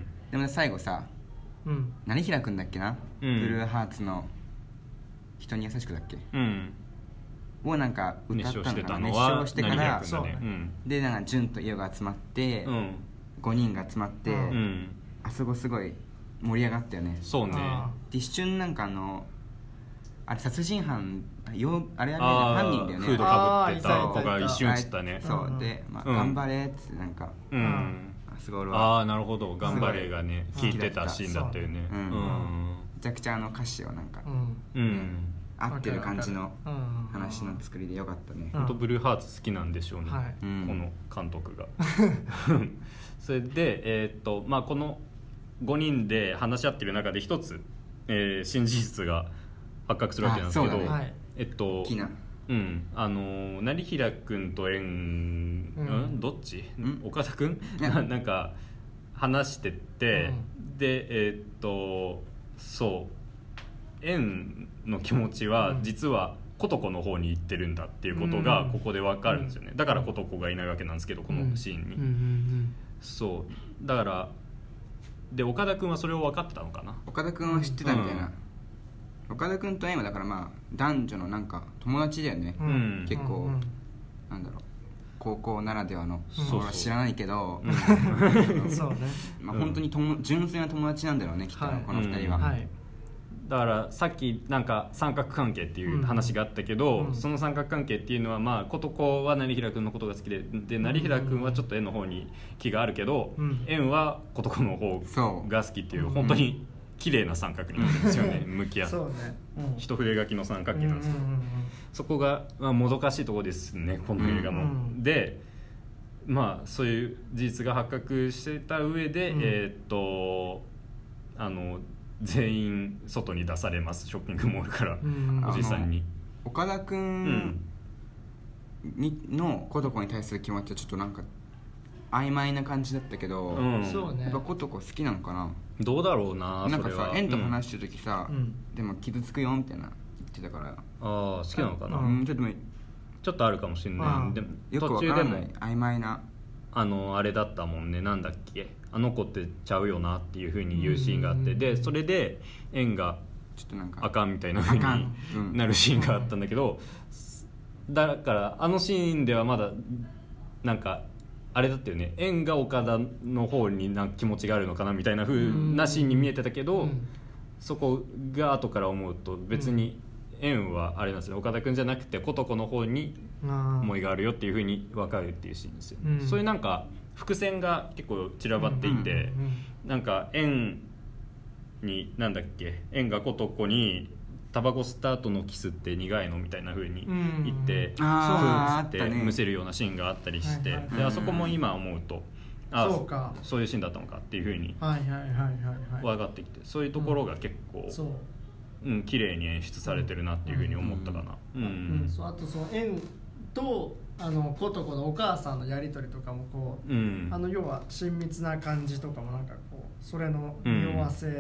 でも最後さ、うん、成平くんだっけな、うん、ブルーハーツの人に優しくだっけ、うんをなんか歌ったのかな、熱唱してから、ねうん、でなんか純とイオが集まって、うん、ごにんが集まって、うん、あそこすごい盛り上がったよね。 そうね。 で一瞬なんかあのあれ殺人犯よあれあれ犯人だよね。 フードかぶってた子が一瞬映ったね。 そうで、まあうん、頑張れってなんか、うん、すごい俺はああなるほど頑張れがね聞いてたシーンだったよね。うんうん、 めちゃくちゃあの歌詞をなんか、うんうん合ってる感じの話の作りでよかったね。 本当ブルーハーツ好きなんでしょうね、はい、この監督がそれで、えーっとまあ、このごにんで話し合ってる中で一つ、えー、新事実が発覚するわけなんですけど、ね、えっとうん、あの成平君と縁、うん、どっち、うん、岡田君な, なんか話してって、うん、でえー、っとそう縁の気持ちは実は琴子の方に行ってるんだっていうことがここで分かるんですよね。だから琴子がいないわけなんですけどこのシーンに、うんうんうん、そうだからで岡田君はそれを分かってたのかな。 岡田君は知ってたみたいな、うん、岡田君と縁はだからまあ男女のなんか友達だよね、うん、結構、うん、なんだろう高校ならではの、うん、俺は知らないけど、うんそうねまあ、本当にとも純粋な友達なんだろうねきっと、はい、このふたりは、うんはいだからさっきなんか三角関係っていう話があったけど、うん、その三角関係っていうのはまあ琴子は成平君のことが好きでで成平君はちょっと縁の方に気があるけど、うん、縁は琴子の方が好きっていう、うん、本当に綺麗な三角になってるんですよね向き合ってそう、ねうん、一筆書きの三角形なんですけど、うんうんうん、そこが、まあ、もどかしいところですねこの映画も、うんうん、でまあそういう事実が発覚してた上で、うん、えー、っとあの全員外に出されますショッピングモールから、うん、おじさんに岡田君にの琴子に対する気持ちはちょっとなんか曖昧な感じだったけど、うん、やっぱ琴子好きなのかな。 どうだろうな。 なんかさ縁と話してる時さ、うん、でも傷つくよみたいな言ってたから、ああ好きなのかな、 うん、ちょっとちょっとあるかもしれない。でもよくわからない曖昧なあのあれだったもんね。なんだっけあの子ってちゃうよなっていう風に言うシーンがあって、でそれで縁がちょっとなんかあかんみたいな風になるシーンがあったんだけど、だからあのシーンではまだなんかあれだったよね。縁が岡田の方になんか気持ちがあるのかなみたいな風なシーンに見えてたけど、そこが後から思うと別に縁はあれなんですよ。岡田君じゃなくて琴子の方に思いがあるよっていう風に分かるっていうシーンですよ、うん、そういうなんか伏線が結構散らばっていて、うんうんうん、なんか縁になんだっけ縁が琴子にタバコ吸った後のキスって苦いのみたいな風に言って、うん、あーってむせるようなシーンがあったりして、はいはいはい、であそこも今思うとああ そうかそういうシーンだったのかっていう風に分かってきて、そういうところが結構、うんそううん、綺麗に演出されてるなっていうふうに思ったかな、うんうんうん、そうあとその縁とあの琴子のお母さんのやり取りとかもこう、うん、あの要は親密な感じとかもなんかこうそれの匂わせ、うん、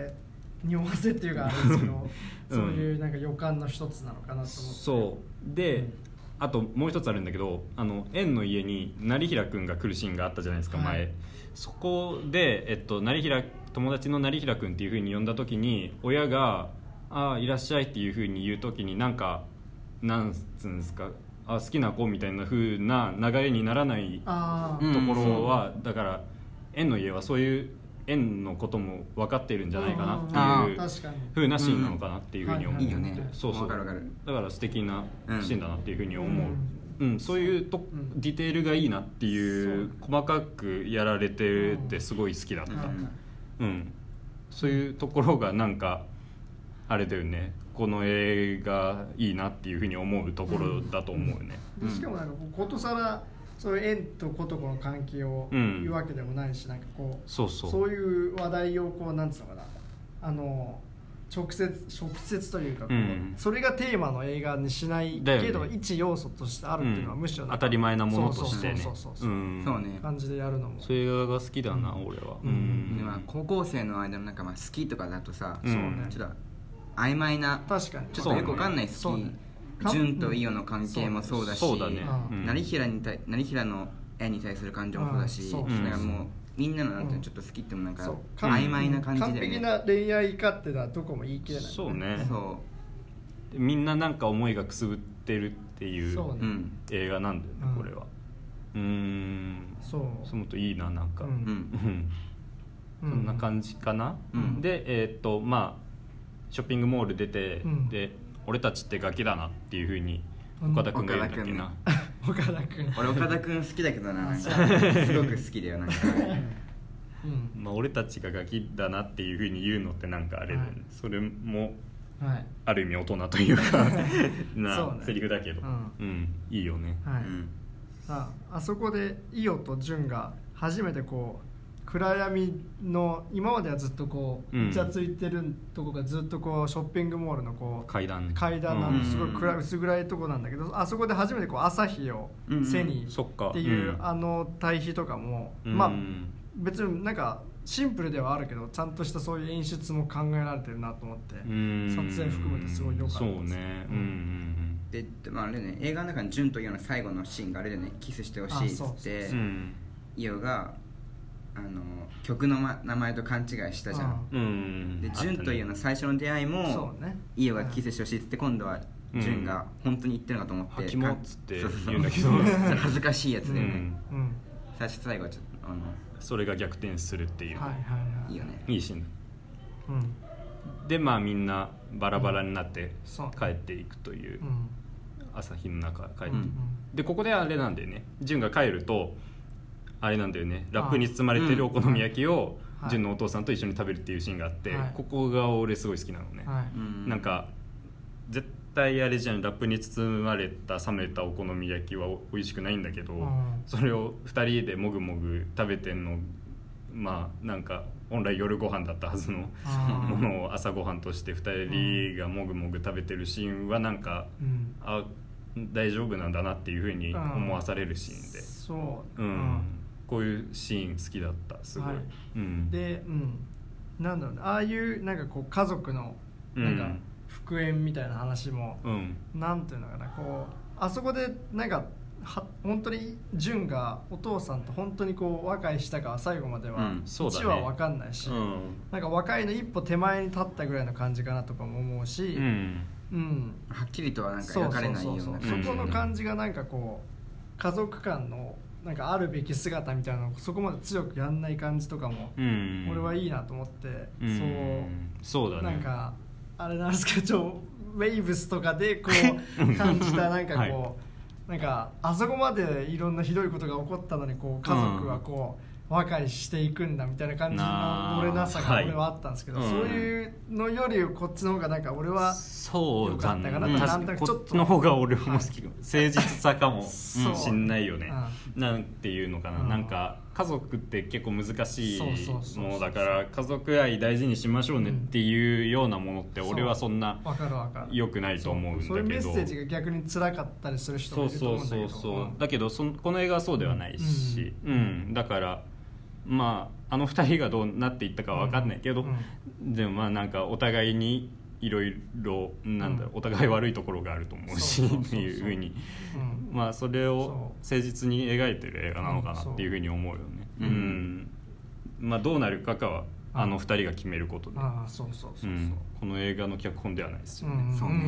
匂わせっていうかあれですけど、うん、そういうなんか予感の一つなのかなと思って。 そうで、うん、あともう一つあるんだけどあの縁の家に成平くんが来るシーンがあったじゃないですか、はい、前そこで、えっと、成平友達の成平くんっていうふうに呼んだ時に親がああいらっしゃいっていう風に言う時になんかなんつうんですかあ好きな子みたいな風な流れにならないところは、うん、だから縁の家はそういう縁のことも分かっているんじゃないかなっていう風なシーンなのかなっていう風に思って、うん、そうそうだから素敵なシーンだなっていう風に思う、うんうん、そういうとディテールがいいなっていう細かくやられててすごい好きだった、うんうん、そういうところがなんかあれだよねこの映画いいなっていうふうに思うところだと思うよね、 うんうん、しかもなんかことさらそういう縁とことこの関係を言うわけでもないし、うん、なんかこうそうそう、 そういう話題をこうなんつうのかなあの直接直接というかこう、うん、それがテーマの映画にしないけど、ね、一要素としてあるっていうのはむしろ当たり前なものとしてねそうそうそうそう、うん、そうね感じでやるのもそういう映画が好きだな、うん、俺は、 うんうん、でまあ高校生の間のなんかまあ好きとかだとさ、うん、そうねちょっと曖昧な確かにちょっとよくわかんない好き、ね、純と伊代の関係もそうだし、 そうだね、 うん、成平に対成平の絵に対する感情もそうだし、うん、だからもうみんなのなんてちょっと好きってもなんか曖昧な感じで、ね、 完璧な恋愛かってのはどこも言い切れない、ね、 そうねそうみんななんか思いがくすぶってるっていうそう、ね、 映画なんだよね、うん、これはうーんそうそのといいななんか、 うんうん、そんな感じかな、うん、でえー、っとまあショッピングモール出て、うん、で俺たちってガキだなっていう風に岡田君が言うんだっけな、 岡田君俺岡田君好きだけどな、なんかすごく好きだよなんか、 うんまあ、俺たちがガキだなっていう風に言うのってなんかあれで、ねはい、それもある意味大人というかな、ね、セリフだけど、うんうん、いいよね、 はいうん、あ, あそこで伊代と純が初めてこう暗闇の今まではずっとこうイチャついてるとこがずっとこうショッピングモールのこう階段階段なんですごい暗い薄暗いとこなんだけど、あそこで初めてこう朝日を背にっていうあの対比とかもまあ別になんかシンプルではあるけどちゃんとしたそういう演出も考えられてるなと思って撮影含めてすごい良かったです。 そうね、うんうんで、まあ、あれね映画の中に純と伊代の最後のシーンがあれでねキスしてほしいっつって伊代があの曲の、ま、名前と勘違いしたじゃん、うん、で純と伊代の最初の出会いも伊代、ね、がキスしてほしいっつって今度は純が本当に言ってるのかと思って、 うん、キモっつって言うんだけど恥ずかしいやつだよね、うん、最初最後はちょっとあのそれが逆転するっていう、 はいはいはい、 いいよねいいシーン、うん、でまあみんなバラバラになって帰っていくという、うん、朝日の中帰って、うん、でここであれなんだよね純が帰るとあれなんだよねラップに包まれてるお好み焼きを純のお父さんと一緒に食べるっていうシーンがあって、はい、ここが俺すごい好きなのね、はい、なんか絶対あれじゃんラップに包まれた冷めたお好み焼きは美味しくないんだけど、うん、それをふたりでもぐもぐ食べてんのまあなんか本来夜ご飯だったはずのものを朝ご飯としてふたりがもぐもぐ食べてるシーンはなんか、うん、あ大丈夫なんだなっていう風に思わされるシーンで、うん、 そう、 うん、こういうシーン好きだったすごい、はいうん、で、うん、なんだろうねああいうなんかこう家族のなんか復縁みたいな話も、うん、なんていうのかなこうあそこでなんかは本当に純がお父さんと本当にこう和解したかは最後までは、うん、そうだね、いちわ分かんないし、うん、なんか和解の一歩手前に立ったぐらいの感じかなとかも思うし、うんうん、 はっきりとはなんか描かれないようなそうそうそう、うん、そこの感じがなんかこう家族間のなんかあるべき姿みたいなのをそこまで強くやんない感じとかも俺はいいなと思って、うん、そう、そうだね、なんかあれなんですけどウェイブスとかでこう感じたなんかこう、はい、なんかあそこまでいろんなひどいことが起こったのにこう家族はこう、うん和解していくんだみたいな感じの乗れなさが俺はあったんですけど、はいうん、そういうのよりこっちの方がなんか俺は良かったかなと、なんとなくちょっとこっちの方が俺も好き、はい、誠実さかもしんないよね、うん、なんていうのかな、うん、なんか家族って結構難しいものだから家族愛大事にしましょうねっていうようなものって俺はそんな良くないと思うんだけど、 そういうメッセージが逆に辛かったりする人もいると思うんだけど、 そうそうそうそう、だけどそこの映画はそうではないし、うんうん、だからまああの二人がどうなっていったかは分かんないけど、うんうん、でもまあなんかお互いにいろいろなんだろう、うん、お互い悪いところがあると思うしっていうふうに、うん、まあそれを誠実に描いてる映画なのかなっていうふうに思うよね、うんうん、まあどうなるかかはあの二人が決めることで、 ああそうそうそうそう、うん、 この映画の脚本ではないですよね、 うん、 そうね、うん、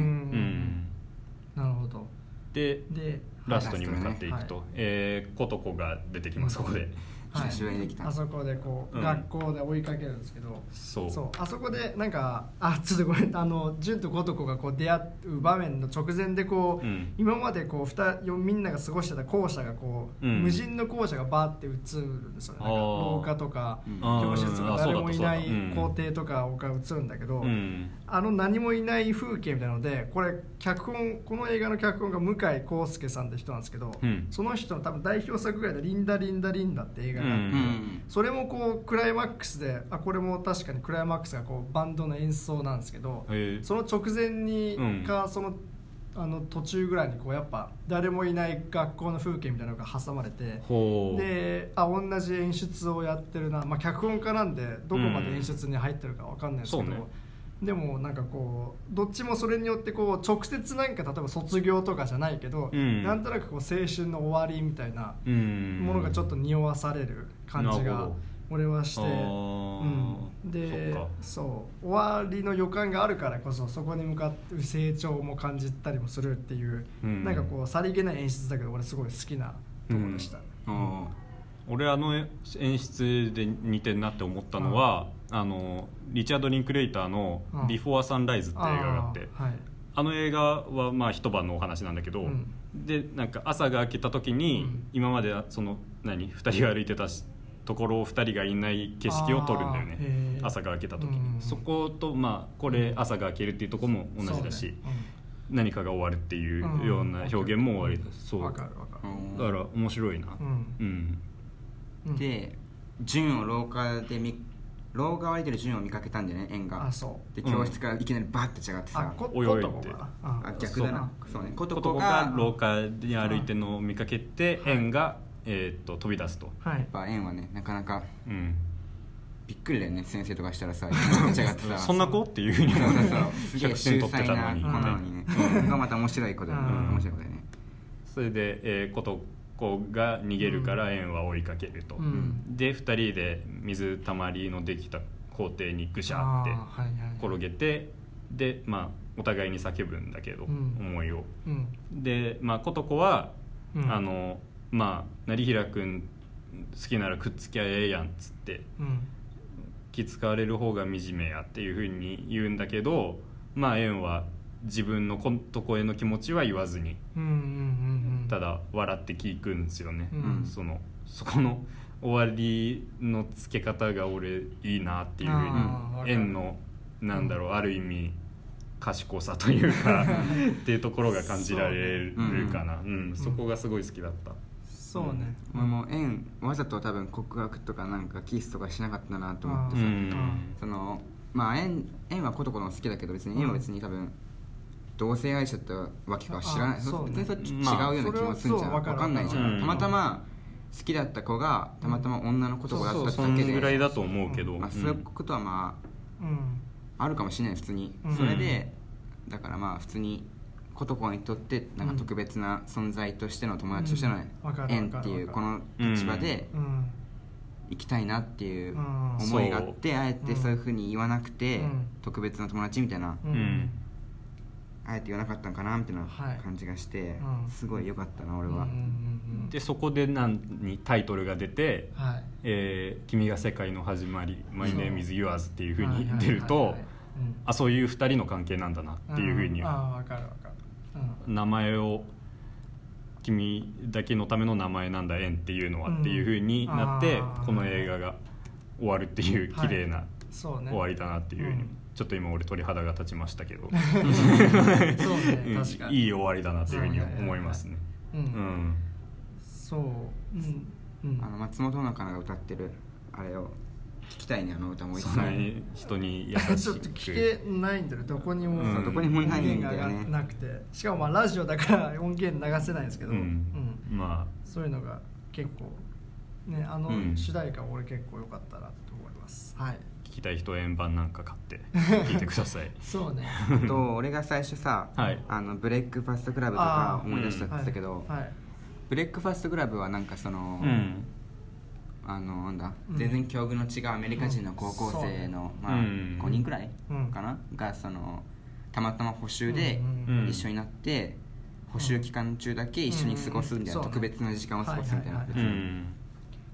なるほど。 ででラストに向かっていくと、ね、はい、えー、コトコが出てきますここで。 久しぶりにできた、 はい、あそこでこう、うん、学校で追いかけるんですけど、 そうそうあそこでなんかあちょっとごめんあの純と琴子がこう出会う場面の直前でこう、うん、今までこうふたみんなが過ごしてた校舎がこう、うん、無人の校舎がバーって映るんですよね。なんか廊下とか、うん、教室とか誰もいない校庭とかが映るんだけど、うん、あの何もいない風景みたいなのでこれ脚本この映画の脚本が向井康介さんって人なんですけど、うん、その人の多分代表作ぐらいでリンダリンダリンダって映画があって、うん、それもこうクライマックスであこれも確かにクライマックスがこうバンドの演奏なんですけど、その直前にかそのあの途中ぐらいにこうやっぱ誰もいない学校の風景みたいなのが挟まれて、であ同じ演出をやってるな、まあ、脚本家なんでどこまで演出に入ってるか分かんないですけど、うんでもなんかこうどっちもそれによってこう直接なんか例えば卒業とかじゃないけど、うん、なんとなくこう青春の終わりみたいなものがちょっと匂わされる感じが俺はして、うん、でそう終わりの予感があるからこそそこに向かって成長も感じたりもするっていう、うん、なんかこうさりげない演出だけど俺すごい好きなところでした、うんうん俺あの演出で似てるなって思ったのは、うん、あのリチャード・リンクレイターの「ビフォー・サンライズ」って映画があって、あ,、はい、あの映画はまあ一晩のお話なんだけど、うん、でなんか朝が明けた時に、うん、今までその何ふたりが歩いてたところをふたりがいない景色を撮るんだよね。朝が明けた時に、うん、そことまあこれ朝が明けるっていうところも同じだし、うん、何かが終わるっていうような表現も終わりだ、うん、そう分かる分かるだから面白いな、うんうんで純を廊下で見廊下を歩いてる純を見かけたんだよね縁が。 あそうで教室からいきなりバッて違ってさ、 うん、 泳いであ逆だなそうねことこが廊下に歩いてるのを見かけて縁が、えー、っと飛び出すと、 はい、やっぱ縁はねなかなか、うん、びっくりだよね先生とかしたらさ違ってさそんな子っていうふうにそうそうそうすげえ秀才な子なのにねがまた面白い子だよね面白い子だよね。 それで、えー、ことが逃げるから円は追いかけると、うん、でふたりで水たまりのできた校庭にぐしゃって転げて、はいはいはい、でまあお互いに叫ぶんだけど、うん、思いを、うん、でまあことこは、うん、あのまあ成平君好きならくっつきゃええやんっつって、うん、気使われる方が惨めやっていう風に言うんだけど、まあ円は自分のことこへの気持ちは言わずに、うんうんうんうん、ただ笑って聞くんですよね、うん、そのそこの終わりのつけ方が俺いいなっていうふうに円のなんだろう、うん、ある意味賢さというかっていうところが感じられるかな、 そ,、うんうん、そこがすごい好きだった。 そうね、 うん、もう円わざと多分告白とかなんかキスとかしなかったなと思ってさ、うん、そのまあ円円はことこの好きだけど別に円は別に多分同性愛者ってわけか知らない、そう、ね、全然違うような気もするんじゃん、まあ、分かんないじゃん、うん、たまたま好きだった子がたまたま女の子とこだっただけで、 そんぐらいだと思うけど、 まあ、そういうことはまあ、うん、あるかもしれない普通に、うん、それでだからまあ普通にことこにとってなんか特別な存在としての友達としての縁っていうこの立場で行きたいなっていう思いがあって、あえてそういうふうに言わなくて特別な友達みたいな、うんあえて言わなかったのかなみたいな感じがして、はいうん、すごい良かったな俺は、うんうんうん、 でそこで何にタイトルが出て、はいえー、君が世界の始まり My name is yours っていう風に出ると、あそういうふたりの関係なんだなっていう風に、うん、 あ分かる分かる、 うん、名前を君だけのための名前なんだ縁っていうのは、うん、っていう風になってこの映画が終わるっていう綺麗な、はいそうね、終わりだなっていう風に、うんちょっと今俺鳥肌が立ちましたけどそうね確かにいい終わりだなというふうに思いますね。 そう、うんうん、 あの松本穂香が歌ってるあれを聞きたいねあの歌もそんなに人に優しくちょっと聞けないんだよどこにも、 うん、どこにもないんだよねなくてしかもまあラジオだから音源流せないんですけど、うんうん、まあそういうのが結構ねあの主題歌俺結構良かったなと思います、うん、はい聞きたい人円盤なんか買って聞いてくださいそうねあと俺が最初さ、はい、あのブレックファストクラブとか思い出しちゃってたけど、うんはいはい、ブレックファストクラブはなんかその、うん、あのなんだ、うん、全然境遇の違うアメリカ人の高校生の、うん、まあ、うん、ごにんくらいかな、うん、がそのたまたま補習で一緒になって、うん、補習期間中だけ一緒に過ごすみたいな、うん、特別な時間を過ごすみたいな、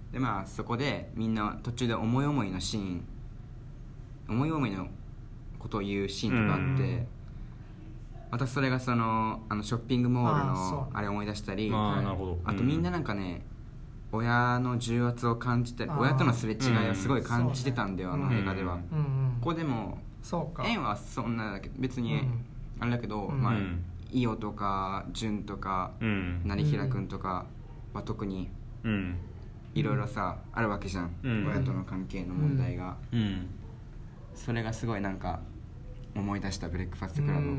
でまあそこでみんな途中で思い思いのシーン思い思いのことを言うシーンとかあって、うん、またそれがそのあのショッピングモールのあれを思い出したり、あ, あとみんななんかね親の重圧を感じて親とのすれ違いをすごい感じてたんだよ、うん、あの映画では、うん、ここでも縁はそんなだけど別にあれだけど、うん、まあ伊代とか純とか成平君とかは特にいろいろさあるわけじゃん、うん、親との関係の問題が、うん、それがすごいなんか思い出したブレックファストクラブ、うん、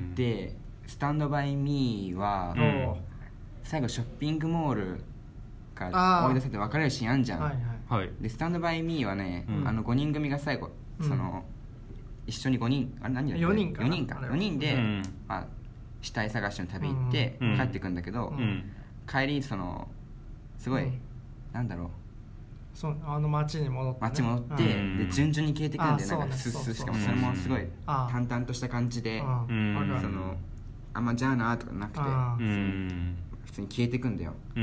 でスタンドバイミーは、うん、最後ショッピングモールから思い出せて別れるシーンあんじゃん、はいはい、でスタンドバイミーはね、うん、あのごにん組が最後、うん、その一緒にごにんあれ何だっけよにんかよにんかよにんで、うんまあ、死体探しの旅行って帰ってくんだけど、うん、帰りそのすごい、うん、なんだろうそうあの街に戻って、ね、 街戻って、うん、で順々に消えてくんでなんかスッスッしかもそれもすごい淡々とした感じで、うん、そのあんまじゃあなとかなくて、うん、普通に消えてくんだよ、うん、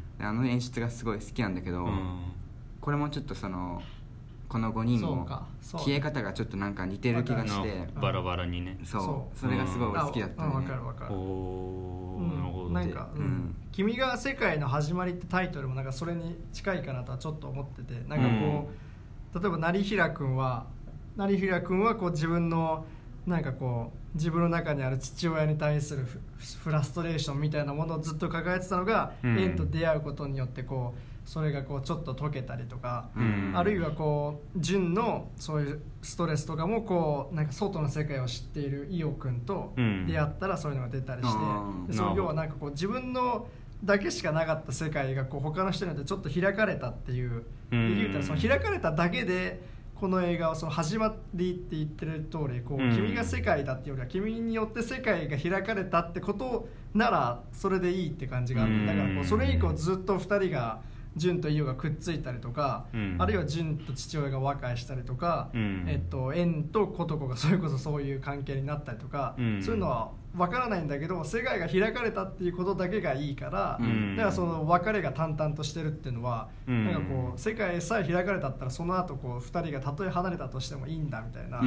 あの演出がすごい好きなんだけど、うん、これもちょっとそのこのごにんも消え方がちょっとなんか似てる気がしてバラバラにねそうそれがすごい俺好きだったね。 分かる分かる。 おー、なるほど。 なんか、うん、君が世界の始まりってタイトルもなんかそれに近いかなとはちょっと思ってて、なんかこう、うん、例えば成平君は成平君はこう自分のなんかこう自分の中にある父親に対するフラストレーションみたいなものをずっと抱えてたのが、うん、縁と出会うことによってこうそれがこうちょっと解けたりとか、うん、あるいはこう純のそういうストレスとかもこうなんか外の世界を知っている伊代君と出会ったらそういうのが出たりして、うん、でその要はなんかこう自分のだけしかなかった世界がこう他の人によってちょっと開かれたっていう、うん、言うたらその開かれただけでこの映画はその始まりって言ってる通りこう、うん、君が世界だっていうよりは君によって世界が開かれたってことならそれでいいって感じがあって、だからこうそれ以降ずっとふたりが純と伊代がくっついたりとか、うん、あるいは純と父親が和解したりとか、うんえっと、縁と琴子がそれこそそういう関係になったりとか、うん、そういうのは分からないんだけど世界が開かれたっていうことだけがいいから、うん、だからその別れが淡々としてるっていうのは、うん、なんかこう世界さえ開かれたったらその後こうふたりがたとえ離れたとしてもいいんだみたいな、うん、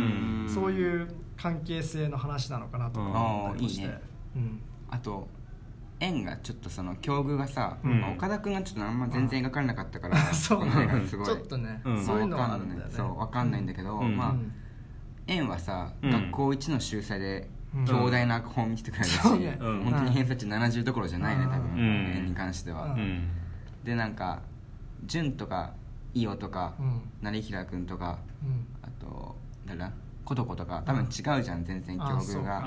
そういう関係性の話なのかなとか思ったりもして、うんいいねうん、 あと縁がちょっとその境遇がさ、うんまあ、岡田君がちょっとあんま全然描かれなかったから、うん、 そうねすごいちょっとね、うん、そういうのはあるんだよねそう分かんないんだけど、うん、まあ縁はさ、うん、学校一の秀才で強大な本見せてくれるし、うん、本当に偏差値ななじゅうどころじゃないね多分、うん、縁に関しては、うん、でなんか純とか伊代とか、うん、成平君とか、うん、あと誰だ琴子とか多分違うじゃん、うん、全然境遇が、うん、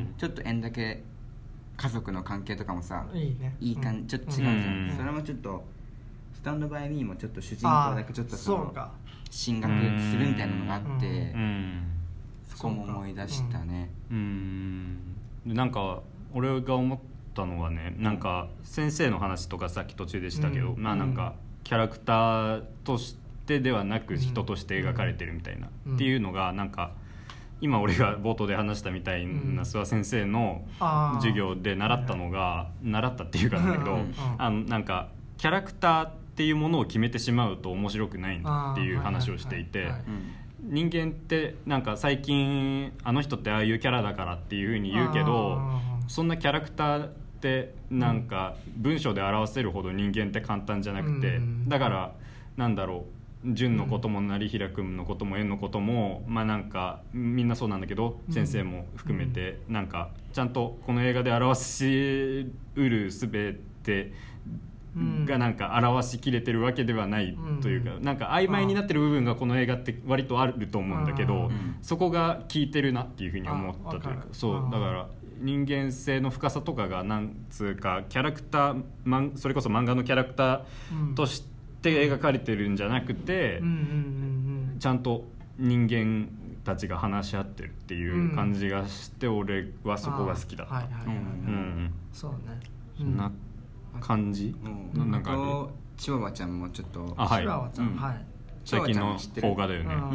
ちょっと縁だけ家族の関係とかもさいいねいい感じ、うん、ちょっと違うじゃん、うん、それもちょっとスタンドバイミーもちょっと主人公だけちょっとその進学するみたいなのがあって、うん、そこも思い出したね。 うん、うんなんか俺が思ったのはねなんか先生の話とかさっき途中でしたけど、うん、まあなんかキャラクターとしてではなく人として描かれてるみたいな、うん、っていうのがなんか今俺が冒頭で話したみたいな諏訪先生の授業で習ったのが習ったっていうかなんだけどあのなんかキャラクターっていうものを決めてしまうと面白くないんだっていう話をしていて人間ってなんか最近あの人ってああいうキャラだからっていうふうに言うけどそんなキャラクターってなんか文章で表せるほど人間って簡単じゃなくてだからなんだろう純のことも成平君のことも縁のこともまあなんかみんなそうなんだけど先生も含めてなんかちゃんとこの映画で表しうる全てがなんか表しきれてるわけではないというかなんか曖昧になってる部分がこの映画って割とあると思うんだけどそこが効いてるなっていうふうに思ったというかそうだから人間性の深さとかがなんつうかキャラクターそれこそ漫画のキャラクターとして描かれてるんじゃなくて、うんうんうんうん、ちゃんと人間たちが話し合ってるっていう感じがして、うん、俺はそこが好きだった。 そうね。 そんな感じ？ うん、なんかチワワちゃんもちょっとあ、はい、 チワワちゃん、うん、はい。 最近の邦画だよね。うんうん、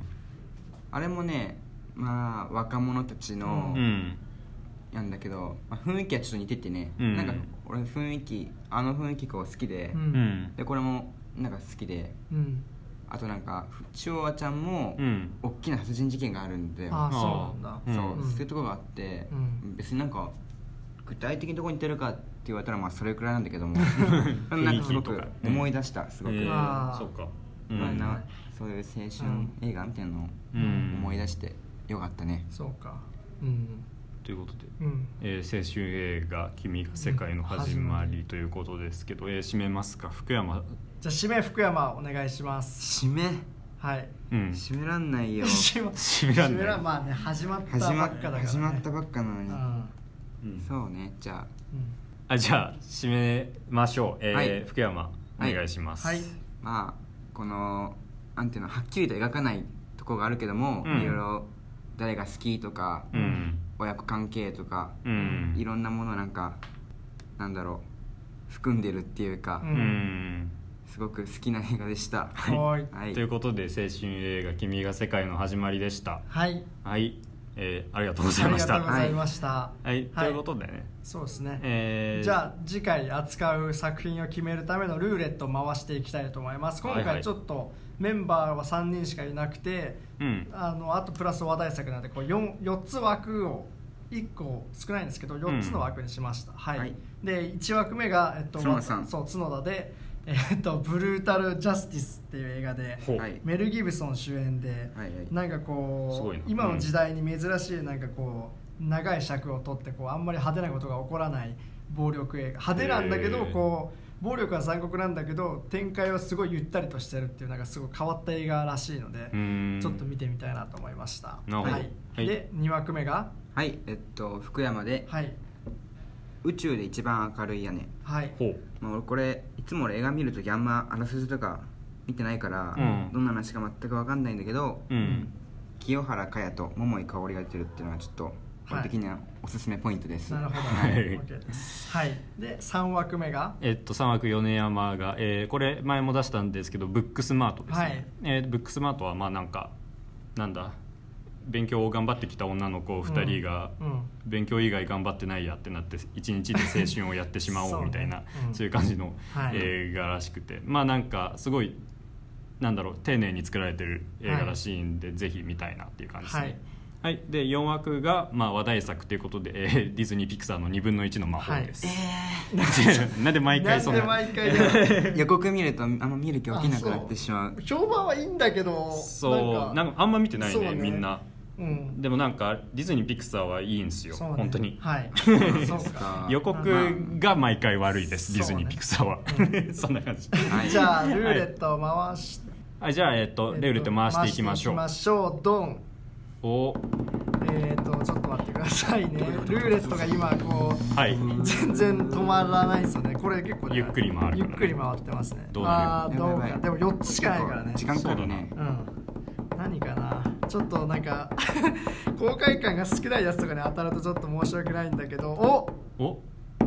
あれもね、まあ若者たちの、うん、なんだけど、まあ、雰囲気はちょっと似ててね、うん、なんか俺雰囲気あの雰囲気が好きで、うん、でこれもなんか好きで、うん、あとなんかチワワちゃんも大きな殺人事件があるんで、うん、 あそうなんだそう、うん、そういうところがあって、うん、別になんか具体的にどこに似てるかって言われたらまあそれくらいなんだけどもなんかすごく思い出したすごく、えー、そうか、 うん、なそういう青春映画みたいなのを思い出してよかったね、 うん、そうか、うんということで、うんえー、青春映画「君が世界の始まり」ということですけど、うん、えー、締めますか福山。 じゃあ締め福山お願いします。 締めはい、 うん、締めらんないよ締めらんない締めまあね始まったばっかだから、ね、 始まったばっかなのに、 うん、 そうねじゃあ、 うん、あじゃあ締めましょう、えーはい、福山お願いします。 はい、はい、まあこのなんていうのはっきりと描かないところがあるけども、うん、いろいろ誰が好きとか、うん、親子関係とか、うん、いろんなものなんかなんだろう含んでるっていうか、うん、すごく好きな映画でした。 はい、 はい、ということで青春映画「君が世界の始まり」でした。 はい、 はいえー、ありがとうございました。 ありがとうございました。 はい、はい、ということでね。 そうですね。 えー、 じゃあ次回扱う作品を決めるためのルーレットを回していきたいと思います。今回ちょっとメンバーはさんにんしかいなくて、はいはい、あのあとプラス話題作なんでこう 4, 4つ枠をいっこ少ないんですけどよっつの枠にしました。うん、はい、はい。でいち枠目がえっと角田さん、 そう角田で。えー、とブルータル・ジャスティスっていう映画で、はい、メル・ギブソン主演で、はいはい、なんかこう今の時代に珍しいなんかこう長い尺を取ってこうあんまり派手なことが起こらない暴力映画、派手なんだけどこう暴力は残酷なんだけど展開はすごいゆったりとしてるっていうなんかすごい変わった映画らしいのでちょっと見てみたいなと思いました。はいはい、でに枠目がはいえっと福山で、はい、宇宙で一番明るい屋根。 はい、 まあ、俺これいつも俺映画見るときあんまあらすじとか見てないから、うん、どんな話か全く分かんないんだけど、うん、清原果耶と桃井かおりが出てるっていうのはちょっと俺的にはおすすめポイントです。 なるほど、はい、OK です。はい、でさん枠目がえっとさん枠米山が、えー、これ前も出したんですけどブックスマートですね。はいえー、ブックスマートはまあなんかなんだ勉強を頑張ってきた女の子ふたりが勉強以外頑張ってないやってなっていちにちで青春をやってしまおうみたいなそう、ねうん、そういう感じの映画らしくて、はい、まあなんかすごいなんだろう丁寧に作られてる映画らしいんで、はい、ぜひ見たいなっていう感じですね。はいはい、でよん枠が、まあ、話題作ということで、えー、ディズニーピクサーのにぶんのいちの魔法です、はいえー、なんで毎回そんななんで毎回予告見るとあんま見る気起きなくなってしまう。 評判はいいんだけどそうなんかあんま見てない ね, ねみんな、 うん、 でもなんかディズニーピクサーはいいんですよ、ね、本当に、 はい、そうか予告が毎回悪いです、ディズニーピクサーは、ねうん、そんな感じ、 はい、じゃあルーレットを回して、 はい、じゃあ、えっと、ルーレット回していきましょう。 回していきましょう。ドン。 おえーとちょっと待ってくださいね。ルーレットが今こう、 はい、 全然止まらないですよね。これ結構、ね、 ゆっくり回るから、ね、 ゆっくり回ってますね。 どうなる？ あどうかでもよっつしかないからね。 時間かかるね。 うん。何かな。ちょっとなんか公開感が少ないやつとかに当たるとちょっと申し訳ないんだけど、おお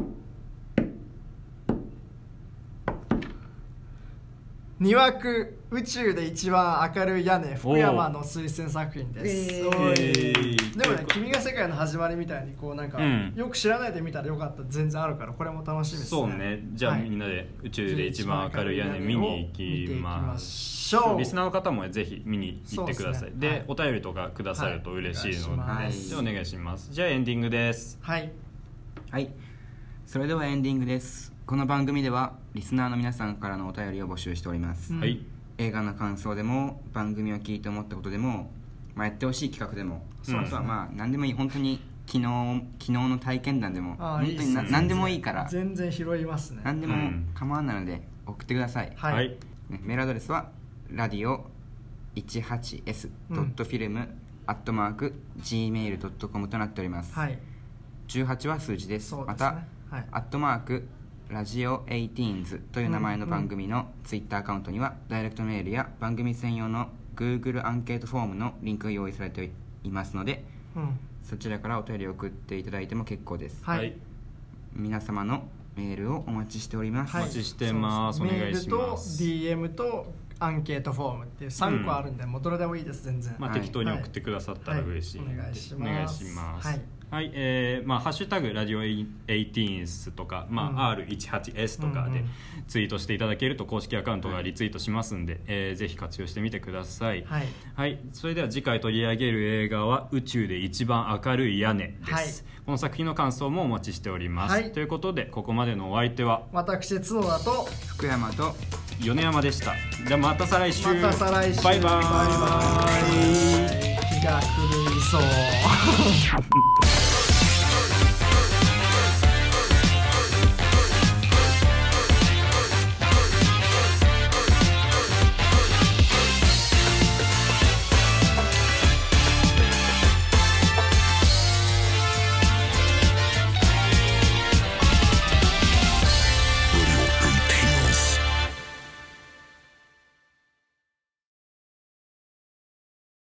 に枠宇宙で一番明るい屋根福山の推薦作品です、えー、でもね君が世界の始まりみたいにこうなんか、うん、よく知らないで見たらよかった全然あるからこれも楽しみですね。 そうねじゃあ、はい、みんなで宇宙で一番明るい屋根見に行きましょう。リスナーの方もぜひ見に行ってください。で、ねはい、お便りとかくださると嬉しいので、はい、じゃあお願いします。じゃあエンディングです。 はいはいそれではエンディングです。この番組ではリスナーの皆さんからのお便りを募集しております、 はい、 映画の感想でも番組を聞いて思ったことでも、まあ、やってほしい企画でも、うん、あとはまあ何でもいい本当に昨日昨日の体験談でも本当にいい何でもいいから全然拾いますね。 何でも構わないので送ってください、うんはいね、メールアドレスはラディオ じゅうはちエス ドットフィルム アットマーク ジーメール ドットコム となっております、 はい、 じゅうはちは数字です。 そうですねまた、はい、アットマークラジオエイティーンズという名前の番組のツイッターアカウントにはダイレクトメールや番組専用の Google アンケートフォームのリンクが用意されていますので、うん、そちらからお便りを送っていただいても結構です、 はい、 皆様のメールをお待ちしております、 はい、お待ちしてます。お願いします。 メールと ディーエム とアンケートフォームっていうさんこあるんで、うん、もうどれでもいいです全然、 まあ、適当に送ってくださったら嬉しい、 はいはい、お願いします。 お願いします、 はいはい、えーまあ、ハッシュタグラジオエイティーンスとか、まあうん、アールじゅうはちエス とかでツイートしていただけると公式アカウントがリツイートしますんで、えー、ぜひ活用してみてください、 はいはい、それでは次回取り上げる映画は宇宙で一番明るい屋根です、はい、この作品の感想もお待ちしております、はい、ということでここまでのお相手は私角田と福山と米山でした。じゃあまた再来週。 また再来週。 バイバイ。 バイバイ。日が狂いそう